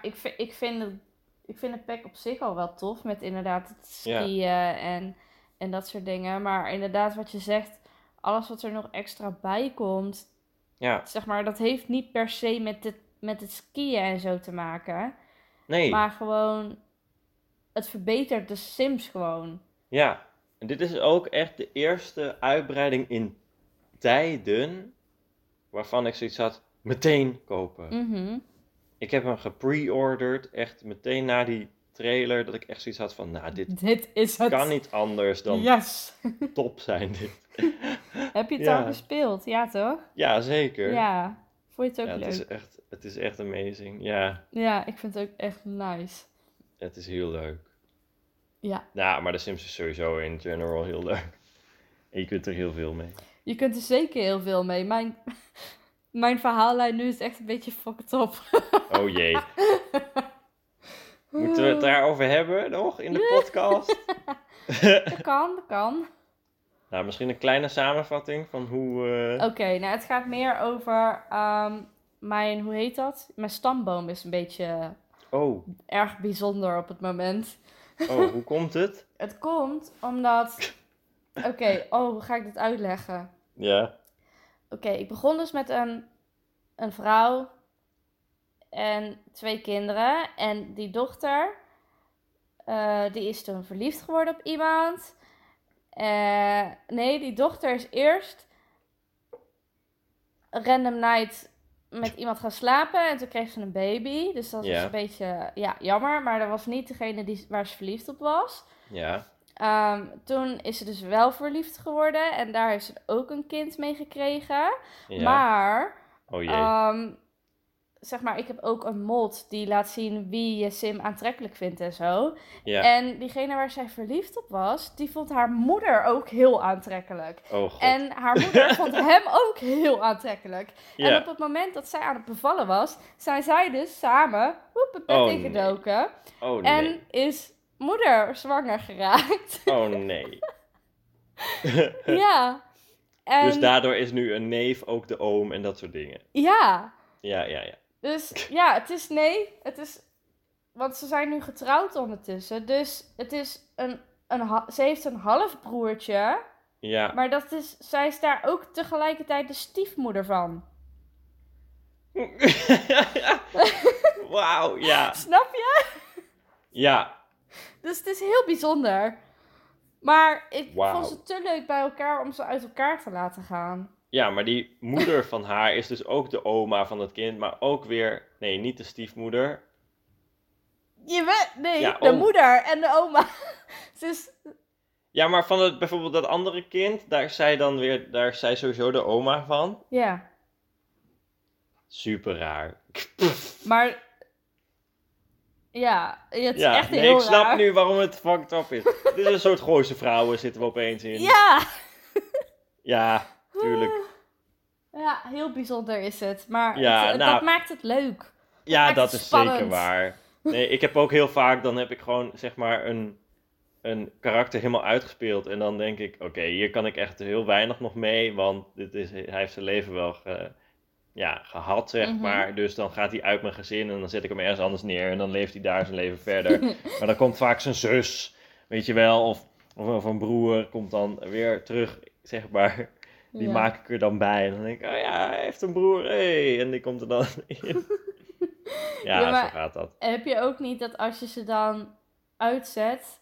ik vind het pack op zich al wel tof. Met inderdaad het
Ja,
skiën en dat soort dingen. Maar inderdaad, wat je zegt, alles wat er nog extra bij komt.
ja,
Zeg maar, dat heeft niet per se met het skiën en zo te maken.
nee,
Maar gewoon, het verbetert de Sims gewoon.
ja. En dit is ook echt de eerste uitbreiding in tijden waarvan ik zoiets had, meteen kopen.
Mhm.
Ik heb hem gepre-ordered, echt meteen na die trailer, dat ik echt zoiets had van, nou, dit
Dit is
kan
het.
niet anders dan
Yes.
top zijn dit.
Heb je het al
Ja,
gespeeld? Ja, toch?
ja, zeker.
Ja. Vond je het
Ja,
ook leuk?
het is echt amazing. Ja,
Ja, ik vind het ook echt nice.
het is heel leuk.
Ja.
Nou, maar de Sims is sowieso in general heel leuk. En je kunt er heel veel mee.
Je kunt er zeker heel veel mee. Mijn verhaallijn nu is echt een beetje fucked up.
Oh jee. Moeten we het daarover hebben nog in de podcast?
Dat kan, dat kan.
Nou, misschien een kleine samenvatting van hoe...
Oké, nou het gaat meer over mijn, hoe heet dat? Mijn stamboom is een beetje
Oh,
erg bijzonder op het moment.
oh, hoe komt het?
Het komt omdat, oké, hoe ga ik dit uitleggen?
Ja,
Oké, ik begon dus met een vrouw en 2 kinderen. En die dochter, die is toen verliefd geworden op iemand. Nee, die dochter is eerst een random night met iemand gaan slapen. En toen kreeg ze een baby. Dus dat was een
ja,
beetje jammer. Maar dat was niet degene waar ze verliefd op was.
ja,
Toen is ze dus wel verliefd geworden. En daar heeft ze ook een kind mee gekregen.
ja.
Maar
Oh jee.
ehm, zeg maar, ik heb ook een mod die laat zien wie je sim aantrekkelijk vindt en zo.
Ja.
En diegene waar zij verliefd op was, die vond haar moeder ook heel aantrekkelijk.
Oh god.
En haar moeder vond hem ook heel aantrekkelijk.
Ja.
En op het moment dat zij aan het bevallen was, zijn zij dus samen het bed
Oh,
ingedoken.
Oh nee.
En is moeder zwanger geraakt.
Oh nee.
Ja. En,
Dus daardoor is nu een neef ook de oom en dat soort dingen.
ja.
Ja.
Dus ja, het is... Want ze zijn nu getrouwd ondertussen. Dus het is ze heeft een halfbroertje.
Ja.
Maar zij is daar ook tegelijkertijd de stiefmoeder van.
Wauw, ja.
Snap je?
Ja.
Dus het is heel bijzonder. Maar ik
Wauw.
vond ze te leuk bij elkaar om ze uit elkaar te laten gaan.
Ja, maar die moeder van haar is dus ook de oma van het kind, maar ook weer... Nee, niet de stiefmoeder.
Nee,
Ja,
de moeder en de oma. Dus,
Ja, maar van bijvoorbeeld dat andere kind, daar is zij sowieso de oma van.
ja.
Super raar.
Maar... Ja, het is
Ja,
echt heel
nee, ik snap
raar.
nu waarom het fucked up is. Dit is een soort Gooise vrouwen zitten we opeens in.
Ja!
Ja, tuurlijk.
Ja, heel bijzonder is het. Maar
Ja, nou-
dat maakt het leuk.
Ja,
maakt
dat
het
is
spannend.
zeker waar. Nee, ik heb ook heel vaak, dan heb ik gewoon zeg maar een karakter helemaal uitgespeeld. En dan denk ik, oké, hier kan ik echt heel weinig nog mee. Want hij heeft zijn leven wel gehad, zeg
Mhm.
maar. Dus dan gaat hij uit mijn gezin en dan zet ik hem ergens anders neer. En dan leeft hij daar zijn leven verder. Maar dan komt vaak zijn zus, weet je wel. Of een broer komt dan weer terug, zeg maar. Die
Ja.
maak ik er dan bij. En dan denk ik, oh ja, hij heeft een broer, hey. En die komt er dan in. Ja,
maar-
zo gaat dat.
Heb je ook niet dat als je ze dan uitzet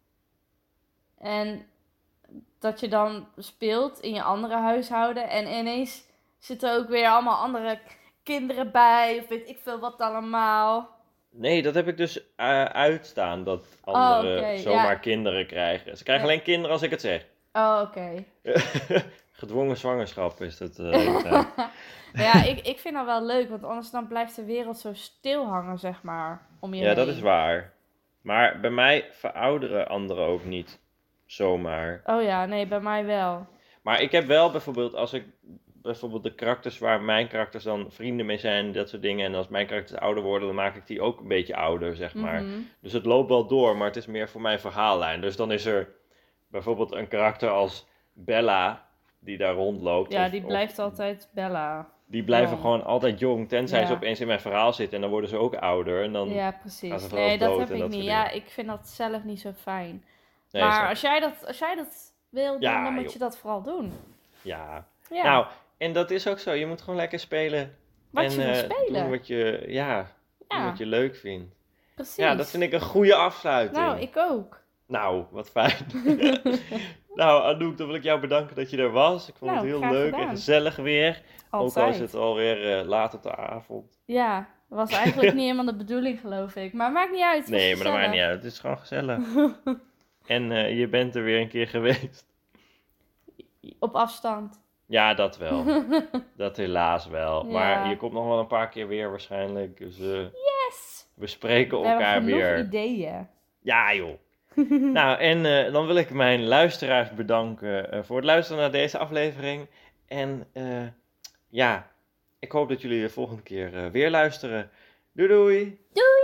en dat je dan speelt in je andere huishouden en ineens zitten ook weer allemaal andere kinderen bij of weet ik veel wat allemaal.
Nee, dat heb ik dus uitstaan, dat anderen
oké,
zomaar
ja.
kinderen krijgen. Ze krijgen
Ja.
alleen kinderen als ik het zeg.
Oh, oké.
Gedwongen zwangerschap is het. de hele tijd.
Ja, ik vind dat wel leuk, want anders dan blijft de wereld zo stil hangen, zeg maar, om je
Ja, dat
heen.
is waar. Maar bij mij verouderen anderen ook niet zomaar.
Oh ja, nee, bij mij wel.
Maar ik heb wel bijvoorbeeld, als ik bijvoorbeeld de karakters waar mijn karakters dan vrienden mee zijn, dat soort dingen. En als mijn karakters ouder worden, dan maak ik die ook een beetje ouder, zeg maar.
Mhm.
Dus het loopt wel door, maar het is meer voor mijn verhaallijn. Dus dan is er bijvoorbeeld een karakter als Bella, die daar rondloopt.
Ja,
of-
die
of
blijft altijd Bella.
Die blijven
jong.
gewoon altijd jong, tenzij
Ja.
ze opeens in mijn verhaal zitten en dan worden ze ook ouder. En dan...
Ja,
gaan
precies.
ze vanaf
Nee, dat
dood
heb
en
ik
dat
niet.
soort
Ja,
dingen.
ik vind dat zelf niet zo fijn.
Nee,
maar
snap ik.
als jij dat wil,
Ja,
dan moet
joh.
je dat vooral doen.
Ja.
Ja,
Nou, en dat is ook zo. Je moet gewoon lekker spelen.
wat
en
je wil spelen.
doen wat je, doen
Ja.
wat je leuk vindt.
Precies.
Ja, dat vind ik een goede afsluiting.
Nou, ik ook.
Nou, wat fijn. Nou, Anouk, dan wil ik jou bedanken dat je er was. Ik vond
Nou,
het heel
graag
leuk en
gedaan.
gezellig weer. Ook
Altijd.
al is het alweer laat op de avond.
Ja, was eigenlijk niet helemaal de bedoeling, geloof ik. Maar maakt niet uit. het was
Nee, maar dat maakt niet
gezellig.
uit. Het is gewoon gezellig. En je bent er weer een keer geweest.
Op afstand.
Ja, dat wel. Dat helaas wel.
Ja.
Maar je komt nog wel een paar keer weer waarschijnlijk. Dus
Yes!
we spreken
We hebben
elkaar
genoeg
weer.
ideeën.
Ja, joh. Nou, en dan wil ik mijn luisteraars bedanken voor het luisteren naar deze aflevering. En ja, ik hoop dat jullie de volgende keer weer luisteren. Doei doei!
Doei!